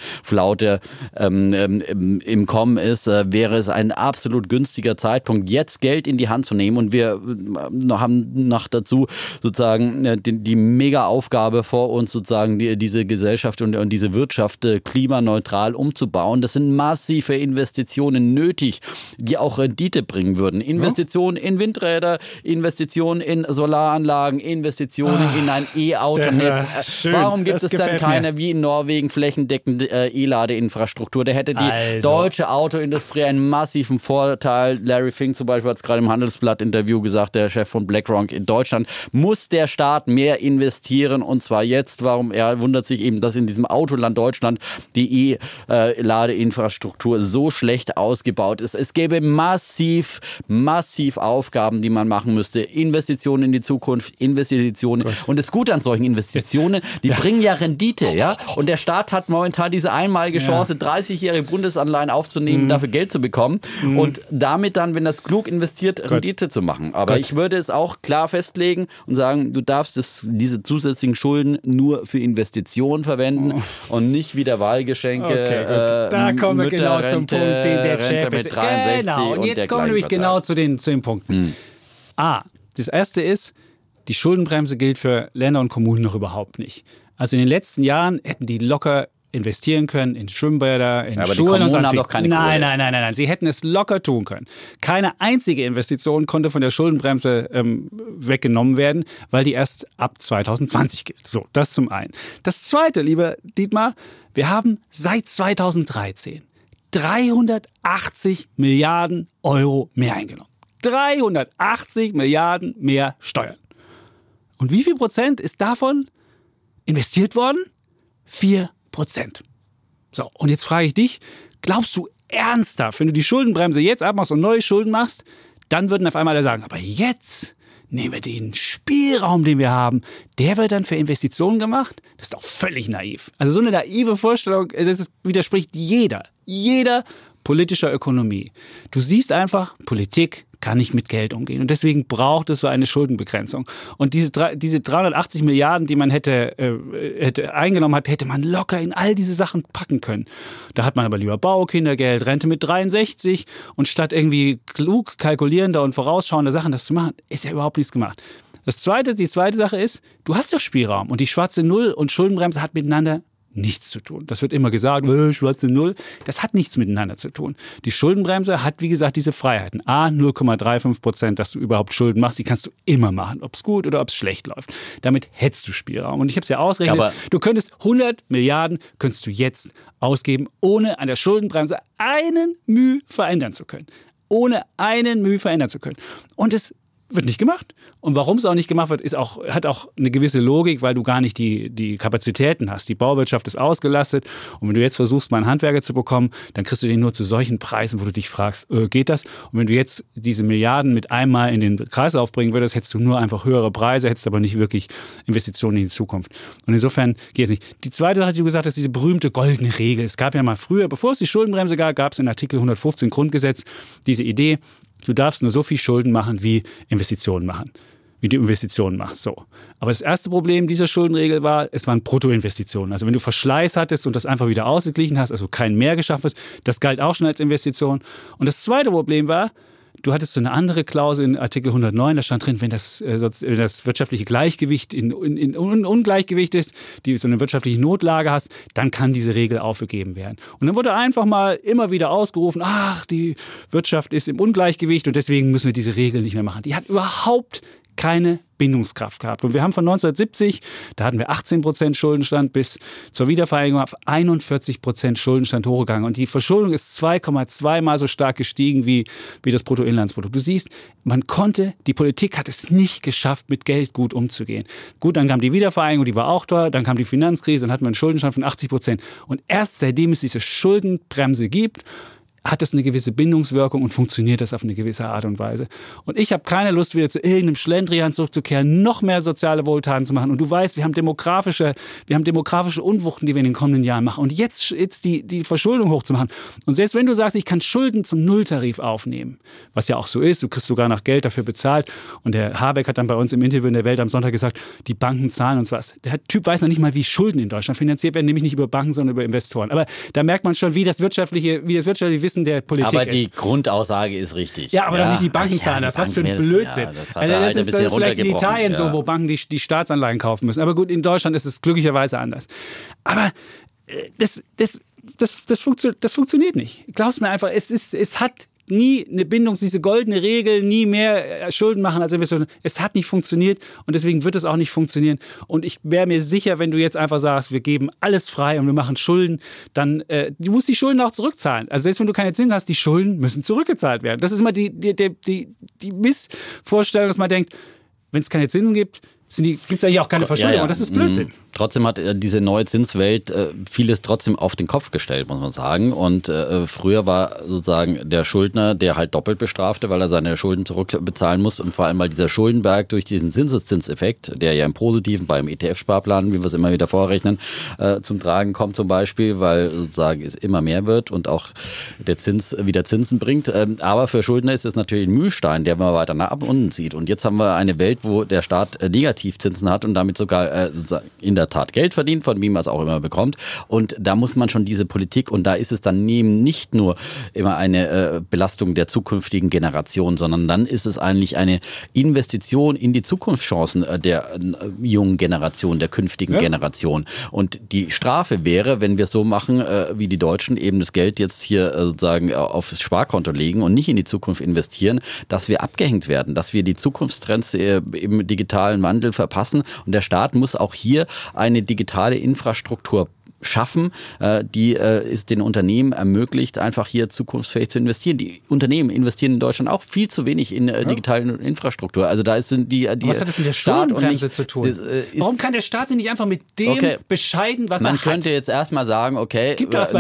im Kommen ist, wäre es ein absolut günstiger Zeitpunkt, jetzt Geld in die Hand zu nehmen. Und wir haben noch dazu sozusagen die Mega-Aufgabe vor uns, sozusagen diese Gesellschaft und diese Wirtschaft klimaneutral umzubauen. Das sind massive Investitionen nötig, die auch Rendite bringen würden. Investitionen in Windräder, Investitionen in Solaranlagen, Investitionen in ein E-Autonetz. Warum gibt es dann keine, wie in Norwegen, flächendeckend E-Ladeinfrastruktur? Infrastruktur. Da hätte die deutsche Autoindustrie einen massiven Vorteil. Larry Fink zum Beispiel hat es gerade im Handelsblatt-Interview gesagt, der Chef von BlackRock in Deutschland, muss der Staat mehr investieren und zwar jetzt. Warum? Er wundert sich eben, dass in diesem Autoland Deutschland die E-Ladeinfrastruktur so schlecht ausgebaut ist. Es gäbe massiv Aufgaben, die man machen müsste. Investitionen in die Zukunft, Investitionen. Und das Gute an solchen Investitionen, die bringen ja Rendite, ja. Und der Staat hat momentan diese einmalige Chance, 30-jährige Bundesanleihen aufzunehmen, dafür Geld zu bekommen und damit dann, wenn das klug investiert, Rendite zu machen. Aber ich würde es auch klar festlegen und sagen, du darfst diese zusätzlichen Schulden nur für Investitionen verwenden und nicht wieder Wahlgeschenke. Da kommen wir genau zum Punkt, den der Chef mit 63 genau. Und jetzt kommen wir nämlich genau zu den Punkten. Das erste ist, die Schuldenbremse gilt für Länder und Kommunen noch überhaupt nicht. Also in den letzten Jahren hätten die locker investieren können in Schwimmbäder, in aber Schulen die und sonst haben doch keine Kohle. Nein. Sie hätten es locker tun können. Keine einzige Investition konnte von der Schuldenbremse weggenommen werden, weil die erst ab 2020 gilt. So, das zum einen. Das zweite, lieber Dietmar, wir haben seit 2013 380 Milliarden Euro mehr eingenommen. 380 Milliarden mehr Steuern. Und wie viel Prozent ist davon investiert worden? 4%. So, und jetzt frage ich dich, glaubst du ernsthaft, wenn du die Schuldenbremse jetzt abmachst und neue Schulden machst, dann würden auf einmal alle sagen, aber jetzt nehmen wir den Spielraum, den wir haben, der wird dann für Investitionen gemacht? Das ist doch völlig naiv. Also so eine naive Vorstellung, widerspricht jeder politischer Ökonomie. Du siehst einfach, Politik kann nicht mit Geld umgehen. Und deswegen braucht es so eine Schuldenbegrenzung. Und diese 380 Milliarden, die man hätte eingenommen hat, hätte man locker in all diese Sachen packen können. Da hat man aber lieber Baukindergeld, Rente mit 63 und statt irgendwie klug kalkulierender und vorausschauender Sachen das zu machen, ist ja überhaupt nichts gemacht. Die zweite Sache ist, du hast doch Spielraum und die schwarze Null und Schuldenbremse hat miteinander nichts zu tun. Das wird immer gesagt, schwarze Null. Das hat nichts miteinander zu tun. Die Schuldenbremse hat, wie gesagt, diese Freiheiten. 0,35%, dass du überhaupt Schulden machst, die kannst du immer machen, ob es gut oder ob es schlecht läuft. Damit hättest du Spielraum. Und ich habe es ja ausgerechnet, aber du könntest 100 Milliarden könntest du jetzt ausgeben, ohne an der Schuldenbremse einen Mühe verändern zu können. Und es wird nicht gemacht. Und warum es auch nicht gemacht wird, hat auch eine gewisse Logik, weil du gar nicht die Kapazitäten hast. Die Bauwirtschaft ist ausgelastet. Und wenn du jetzt versuchst, mal einen Handwerker zu bekommen, dann kriegst du den nur zu solchen Preisen, wo du dich fragst, geht das? Und wenn du jetzt diese Milliarden mit einmal in den Kreislauf bringen würdest, hättest du nur einfach höhere Preise, hättest aber nicht wirklich Investitionen in die Zukunft. Und insofern geht es nicht. Die zweite Sache, die du gesagt hast, diese berühmte goldene Regel. Es gab ja mal früher, bevor es die Schuldenbremse gab es in Artikel 115 Grundgesetz diese Idee, du darfst nur so viel Schulden machen, wie du Investitionen machst. So. Aber das erste Problem dieser Schuldenregel war, es waren Bruttoinvestitionen. Also wenn du Verschleiß hattest und das einfach wieder ausgeglichen hast, also kein mehr geschafft hast, das galt auch schon als Investition. Und das zweite Problem war, du hattest so eine andere Klausel in Artikel 109, da stand drin, wenn das wirtschaftliche Gleichgewicht in Ungleichgewicht ist, die so eine wirtschaftliche Notlage hast, dann kann diese Regel aufgegeben werden. Und dann wurde einfach mal immer wieder ausgerufen, die Wirtschaft ist im Ungleichgewicht und deswegen müssen wir diese Regel nicht mehr machen. Die hat überhaupt keine Bindungskraft gehabt. Und wir haben von 1970, da hatten wir 18% Schuldenstand, bis zur Wiedervereinigung auf 41% Schuldenstand hochgegangen. Und die Verschuldung ist 2,2 Mal so stark gestiegen wie das Bruttoinlandsprodukt. Du siehst, die Politik hat es nicht geschafft, mit Geld gut umzugehen. Gut, dann kam die Wiedervereinigung, die war auch teuer, dann kam die Finanzkrise, dann hatten wir einen Schuldenstand von 80%. Und erst seitdem es diese Schuldenbremse gibt, hat das eine gewisse Bindungswirkung und funktioniert das auf eine gewisse Art und Weise. Und ich habe keine Lust, wieder zu irgendeinem Schlendrian zurückzukehren, noch mehr soziale Wohltaten zu machen. Und du weißt, wir haben demografische Unwuchten, die wir in den kommenden Jahren machen. Und jetzt die Verschuldung hochzumachen. Und selbst wenn du sagst, ich kann Schulden zum Nulltarif aufnehmen, was ja auch so ist, du kriegst sogar noch Geld dafür bezahlt. Und der Habeck hat dann bei uns im Interview in der Welt am Sonntag gesagt, die Banken zahlen uns was. Der Typ weiß noch nicht mal, wie Schulden in Deutschland finanziert werden, nämlich nicht über Banken, sondern über Investoren. Aber da merkt man schon, wie das wirtschaftliche Wissen der Politik ist. Aber die Grundaussage ist richtig. Ja, aber doch nicht die Banken zahlen das. Was für ein Blödsinn. Das ist vielleicht in Italien so, wo Banken die Staatsanleihen kaufen müssen. Aber gut, in Deutschland ist es glücklicherweise anders. Aber das funktioniert nicht. Glaubst mir einfach, es hat nie eine Bindung, diese goldene Regel, nie mehr Schulden machen als Investitionen. Es hat nicht funktioniert und deswegen wird es auch nicht funktionieren. Und ich wäre mir sicher, wenn du jetzt einfach sagst, wir geben alles frei und wir machen Schulden, dann du musst die Schulden auch zurückzahlen. Also selbst wenn du keine Zinsen hast, die Schulden müssen zurückgezahlt werden. Das ist immer die Missvorstellung, dass man denkt, wenn es keine Zinsen gibt, gibt es ja hier auch keine Verschuldung. Und das ist Blödsinn. Trotzdem hat diese neue Zinswelt vieles trotzdem auf den Kopf gestellt, muss man sagen. Und früher war sozusagen der Schuldner, der halt doppelt bestrafte, weil er seine Schulden zurückbezahlen muss. Und vor allem mal dieser Schuldenberg durch diesen Zinseszinseffekt, der ja im Positiven beim ETF-Sparplan, wie wir es immer wieder vorrechnen, zum Tragen kommt zum Beispiel, weil sozusagen es immer mehr wird und auch der Zins wieder Zinsen bringt. Aber für Schuldner ist es natürlich ein Mühlstein, der immer weiter nach unten zieht. Und jetzt haben wir eine Welt, wo der Staat Negativzinsen hat und damit sogar sozusagen in der Tat Geld verdient, von wem man es auch immer bekommt. Und da muss man schon diese Politik, und da ist es dann nicht nur immer eine Belastung der zukünftigen Generation, sondern dann ist es eigentlich eine Investition in die Zukunftschancen der jungen Generation, der künftigen Generation. Und die Strafe wäre, wenn wir es so machen, wie die Deutschen, eben das Geld jetzt hier sozusagen aufs Sparkonto legen und nicht in die Zukunft investieren, dass wir abgehängt werden, dass wir die Zukunftstrends im digitalen Wandel verpassen. Und der Staat muss auch hier eine digitale Infrastruktur schaffen, die es den Unternehmen ermöglicht, einfach hier zukunftsfähig zu investieren. Die Unternehmen investieren in Deutschland auch viel zu wenig in digitale Infrastruktur. Also da sind die was hat das mit der Schuldenbremse zu tun? Warum kann der Staat sich nicht einfach mit dem bescheiden, was man er hat? Man könnte jetzt erstmal sagen, okay,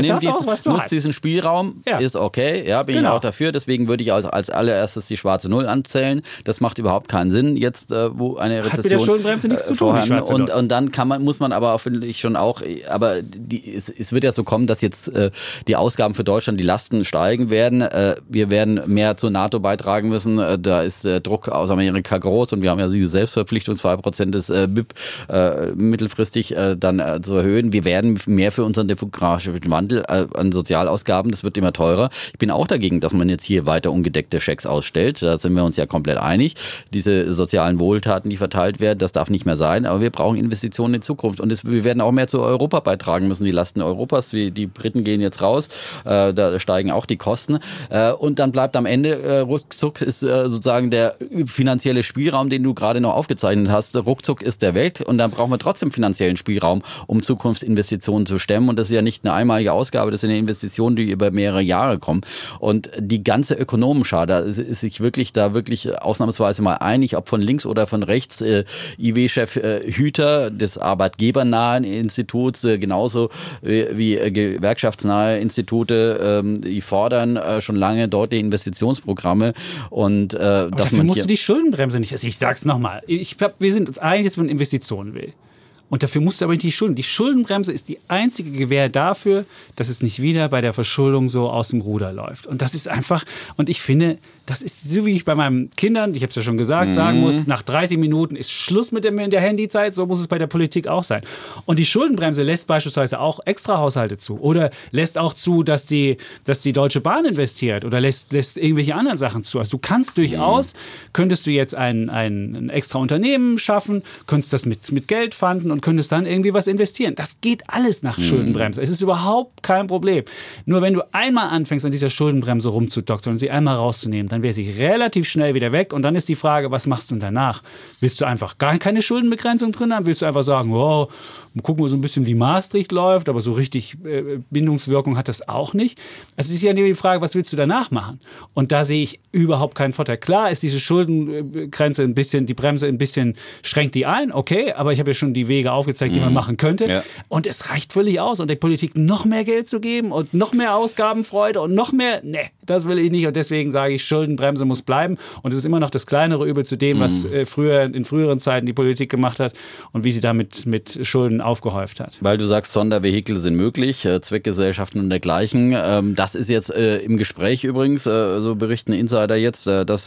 nutzt diesen Spielraum, ist okay, ja, bin ich auch dafür. Deswegen würde ich als allererstes die schwarze Null anzählen. Das macht überhaupt keinen Sinn, jetzt wo eine Rezession hat mit der Schuldenbremse nichts zu tun, die schwarze Null. Und dann muss man aber auch, finde ich, schon auch, aber es wird ja so kommen, dass jetzt die Ausgaben für Deutschland, die Lasten steigen werden. Wir werden mehr zur NATO beitragen müssen. Da ist der Druck aus Amerika groß und wir haben ja diese Selbstverpflichtung, 2% des BIP mittelfristig dann zu erhöhen. Wir werden mehr für unseren demografischen Wandel an Sozialausgaben. Das wird immer teurer. Ich bin auch dagegen, dass man jetzt hier weiter ungedeckte Schecks ausstellt. Da sind wir uns ja komplett einig. Diese sozialen Wohltaten, die verteilt werden, das darf nicht mehr sein. Aber wir brauchen Investitionen in die Zukunft. Und wir werden auch mehr zu Europa beitragen müssen, die Lasten Europas, wie die Briten gehen jetzt raus, da steigen auch die Kosten und dann bleibt am Ende ruckzuck ist sozusagen der finanzielle Spielraum, den du gerade noch aufgezeichnet hast, ruckzuck ist der weg und dann brauchen wir trotzdem finanziellen Spielraum, um Zukunftsinvestitionen zu stemmen und das ist ja nicht eine einmalige Ausgabe, das sind ja Investitionen, die über mehrere Jahre kommen und die ganze Ökonomenschar, da ist sich wirklich ausnahmsweise mal einig, ob von links oder von rechts, IW-Chef Hüter des arbeitgebernahen Instituts, genauso wie gewerkschaftsnahe Institute, die fordern schon lange deutliche Investitionsprogramme und dafür musst du die Schuldenbremse nicht. Also ich sag's nochmal, wir sind uns einig, dass man Investitionen will. Und dafür musst du aber nicht die Schulden. Die Schuldenbremse ist die einzige Gewähr dafür, dass es nicht wieder bei der Verschuldung so aus dem Ruder läuft. Und das ist einfach, und ich finde, das ist so, wie ich bei meinen Kindern, ich habe es ja schon gesagt, sagen muss, nach 30 Minuten ist Schluss mit der Handyzeit, so muss es bei der Politik auch sein. Und die Schuldenbremse lässt beispielsweise auch Extrahaushalte zu oder lässt auch zu, dass die Deutsche Bahn investiert oder lässt irgendwelche anderen Sachen zu. Also du kannst durchaus, könntest du jetzt ein extra Unternehmen schaffen, könntest das mit Geld fanden und könntest dann irgendwie was investieren. Das geht alles nach Schuldenbremse. Es ist überhaupt kein Problem. Nur wenn du einmal anfängst, an dieser Schuldenbremse rumzudoktern und sie einmal rauszunehmen, dann wäre sie relativ schnell wieder weg. Und dann ist die Frage, was machst du danach? Willst du einfach gar keine Schuldenbegrenzung drin haben? Willst du einfach sagen, wow, gucken wir so ein bisschen, wie Maastricht läuft, aber so richtig Bindungswirkung hat das auch nicht. Also es ist ja die Frage, was willst du danach machen? Und da sehe ich überhaupt keinen Vorteil. Klar ist diese Schuldenbremse ein bisschen, die Bremse ein bisschen, schränkt die ein, okay, aber ich habe ja schon die Wege aufgezeigt, die man machen könnte. Ja. Und es reicht völlig aus. Und der Politik noch mehr Geld zu geben und noch mehr Ausgabenfreude und noch mehr, das will ich nicht. Und deswegen sage ich, Schuldenbremse muss bleiben. Und es ist immer noch das kleinere Übel zu dem, was in früheren Zeiten die Politik gemacht hat und wie sie damit mit Schulden aufgehäuft hat. Weil du sagst, Sondervehikel sind möglich, Zweckgesellschaften und dergleichen. Das ist jetzt im Gespräch übrigens, so berichten Insider jetzt, dass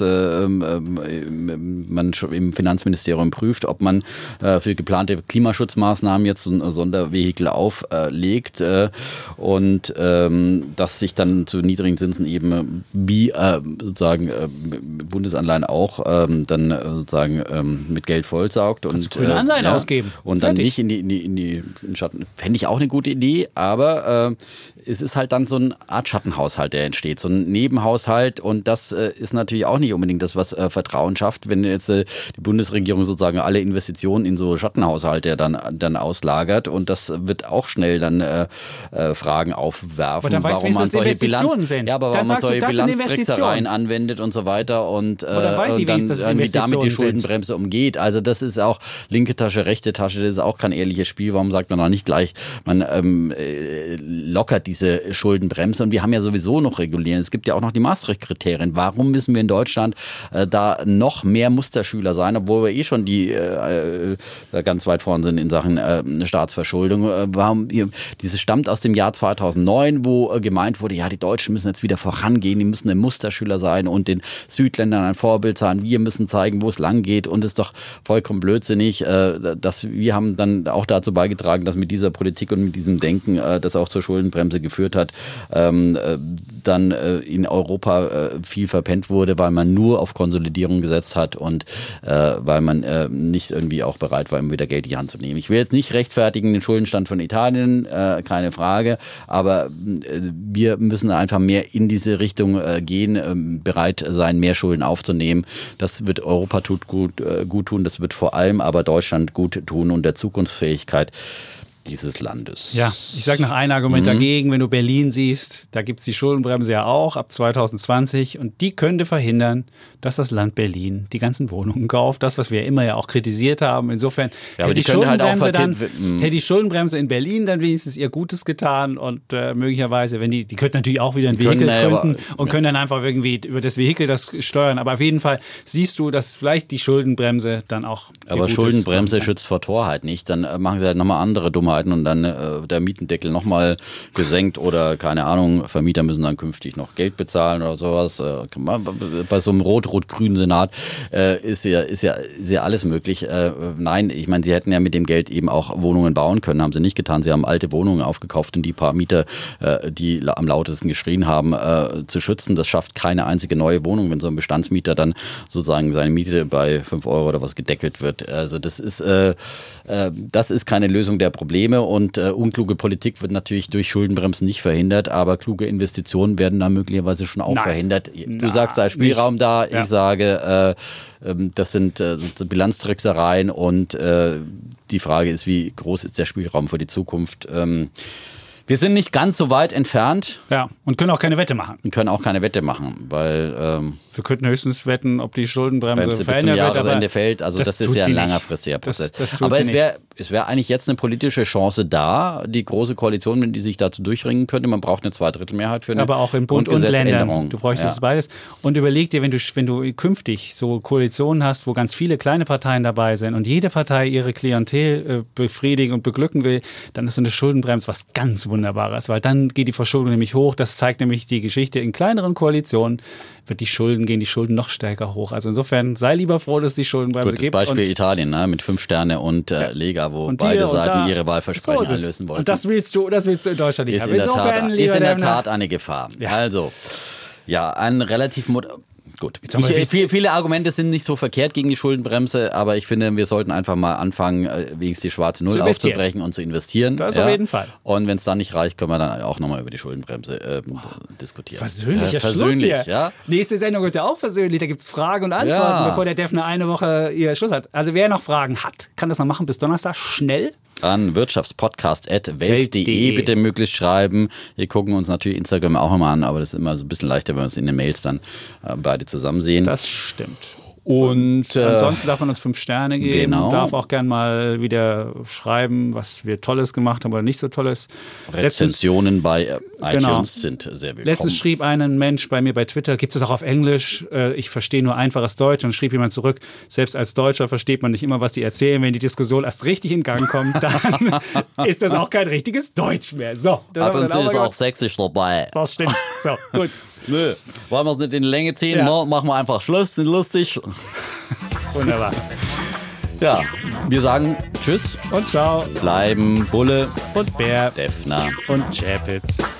man schon im Finanzministerium prüft, ob man für geplante Klimaschutzmaßnahmen jetzt ein Sondervehikel auflegt und das sich dann zu niedrigen Zinsen eben wie sozusagen Bundesanleihen auch dann sozusagen mit Geld vollsaugt und grüne Anleihen ausgeben. Und dann nicht in die Schatten. Fände ich auch eine gute Idee, aber es ist halt dann so eine Art Schattenhaushalt, der entsteht, so ein Nebenhaushalt, und das ist natürlich auch nicht unbedingt das, was Vertrauen schafft, wenn jetzt die Bundesregierung sozusagen alle Investitionen in so Schattenhaushalte dann auslagert, und das wird auch schnell dann Fragen aufwerfen, warum man solche Bilanztricksereien anwendet und so weiter und dann irgendwie damit die Schuldenbremse umgeht. Also das ist auch linke Tasche, rechte Tasche, das ist auch kein ehrliches Spiel. Warum sagt man auch nicht gleich, man lockert diese Schuldenbremse, und wir haben ja sowieso noch regulieren. Es gibt ja auch noch die Maastricht-Kriterien. Warum müssen wir in Deutschland da noch mehr Musterschüler sein, obwohl wir schon die ganz weit vorn sind in Sachen Staatsverschuldung? Dieses stammt aus dem Jahr 2009, wo gemeint wurde, ja, die Deutschen müssen jetzt wieder vorangehen, die müssen ein Musterschüler sein und den Südländern ein Vorbild sein. Wir müssen zeigen, wo es lang geht, und es ist doch vollkommen blödsinnig, dass wir haben dann auch dazu beigetragen, dass mit dieser Politik und mit diesem Denken, das auch zur Schuldenbremse geführt hat, dann in Europa viel verpennt wurde, weil man nur auf Konsolidierung gesetzt hat und weil man nicht irgendwie auch bereit war, immer wieder Geld in die Hand zu nehmen. Ich will jetzt nicht rechtfertigen den Schuldenstand von Italien, keine Frage, aber wir müssen einfach mehr in diese Richtung gehen, bereit sein, mehr Schulden aufzunehmen. Das wird Europa gut tun, das wird vor allem aber Deutschland gut tun und der Zukunftsfähigkeit dieses Landes. Ja, ich sage noch ein Argument dagegen, wenn du Berlin siehst, da gibt es die Schuldenbremse ja auch ab 2020, und die könnte verhindern, dass das Land Berlin die ganzen Wohnungen kauft. Das, was wir immer ja auch kritisiert haben. Insofern hätte die Schuldenbremse in Berlin dann wenigstens ihr Gutes getan, und möglicherweise, wenn die könnten natürlich auch wieder ein Vehikel gründen und können dann einfach irgendwie über das Vehikel das steuern. Aber auf jeden Fall siehst du, dass vielleicht die Schuldenbremse dann auch aber Schuldenbremse schützt vor Torheit nicht. Dann machen sie halt nochmal andere Dummheiten und dann der Mietendeckel nochmal gesenkt oder keine Ahnung, Vermieter müssen dann künftig noch Geld bezahlen oder sowas. Bei so einem rot-rot-grünen Senat ist ja alles möglich. Nein, ich meine, sie hätten ja mit dem Geld eben auch Wohnungen bauen können, haben sie nicht getan. Sie haben alte Wohnungen aufgekauft, und die paar Mieter, die am lautesten geschrien haben, zu schützen. Das schafft keine einzige neue Wohnung, wenn so ein Bestandsmieter dann sozusagen seine Miete bei 5 Euro oder was gedeckelt wird. Also das ist keine Lösung der Probleme, und unkluge Politik wird natürlich durch Schuldenbremsen nicht verhindert, aber kluge Investitionen werden da möglicherweise schon auch verhindert. Du sagst, da ist Spielraum da, ich sage, das sind Bilanztricksereien, und die Frage ist, wie groß ist der Spielraum für die Zukunft? Wir sind nicht ganz so weit entfernt. Ja, und können auch keine Wette machen. Weil wir könnten höchstens wetten, ob die Schuldenbremse bis zum Jahresende fällt. Also das ist ja ein langfristiger Prozess. Aber es wäre eigentlich jetzt eine politische Chance da, die große Koalition, wenn die sich dazu durchringen könnte. Man braucht eine Zweidrittelmehrheit für eine aber auch in Bund und Ländern. Du bräuchtest beides. Und überleg dir, wenn du künftig so Koalitionen hast, wo ganz viele kleine Parteien dabei sind und jede Partei ihre Klientel befriedigen und beglücken will, dann ist so eine Schuldenbremse was ganz Wunderbares, weil dann geht die Verschuldung nämlich hoch. Das zeigt nämlich die Geschichte. In kleineren Koalitionen gehen die Schulden noch stärker hoch. Also insofern sei lieber froh, dass es die Schuldenbremse gibt. Das Beispiel Italien, mit 5 Sterne und Lega, wo und beide Seiten ihre Wahlversprechen einlösen wollten. Und das willst du in Deutschland nicht haben. Insofern ist in der Tat eine Gefahr. Ja. Also, ein relativ gut. Viele Argumente sind nicht so verkehrt gegen die Schuldenbremse, aber ich finde, wir sollten einfach mal anfangen, wenigstens die schwarze Null aufzubrechen und zu investieren. Das auf jeden Fall. Und wenn es dann nicht reicht, können wir dann auch nochmal über die Schuldenbremse diskutieren. Versöhnlicher Schluss hier. Ja? Nächste Sendung wird ja auch versöhnlich. Da gibt es Fragen und Antworten, bevor der Defner eine Woche ihr Schluss hat. Also wer noch Fragen hat, kann das noch machen bis Donnerstag. Schnell. An wirtschaftspodcast@welt.de bitte möglichst schreiben. Wir gucken uns natürlich Instagram auch nochmal an, aber das ist immer so ein bisschen leichter, wenn wir es in den Mails dann beide zusammen sehen. Das stimmt. Und ansonsten darf man uns 5 Sterne geben. Genau. Darf auch gern mal wieder schreiben, was wir Tolles gemacht haben oder nicht so Tolles. Rezensionen bei iTunes sind sehr willkommen. Letztens schrieb ein Mensch bei mir bei Twitter, gibt es auch auf Englisch, ich verstehe nur einfaches Deutsch. Und schrieb jemand zurück, selbst als Deutscher versteht man nicht immer, was die erzählen. Wenn die Diskussion erst richtig in Gang kommt, dann ist das auch kein richtiges Deutsch mehr. So, ab und zu ist auch Sächsisch dabei. Das stimmt. So, gut. Nö, wollen wir es nicht in die Länge ziehen? Ne? Machen wir einfach Schluss, sind lustig. Wunderbar. Ja, wir sagen Tschüss und Ciao. Bleiben Bulle und Bär, Defner und Chapitz.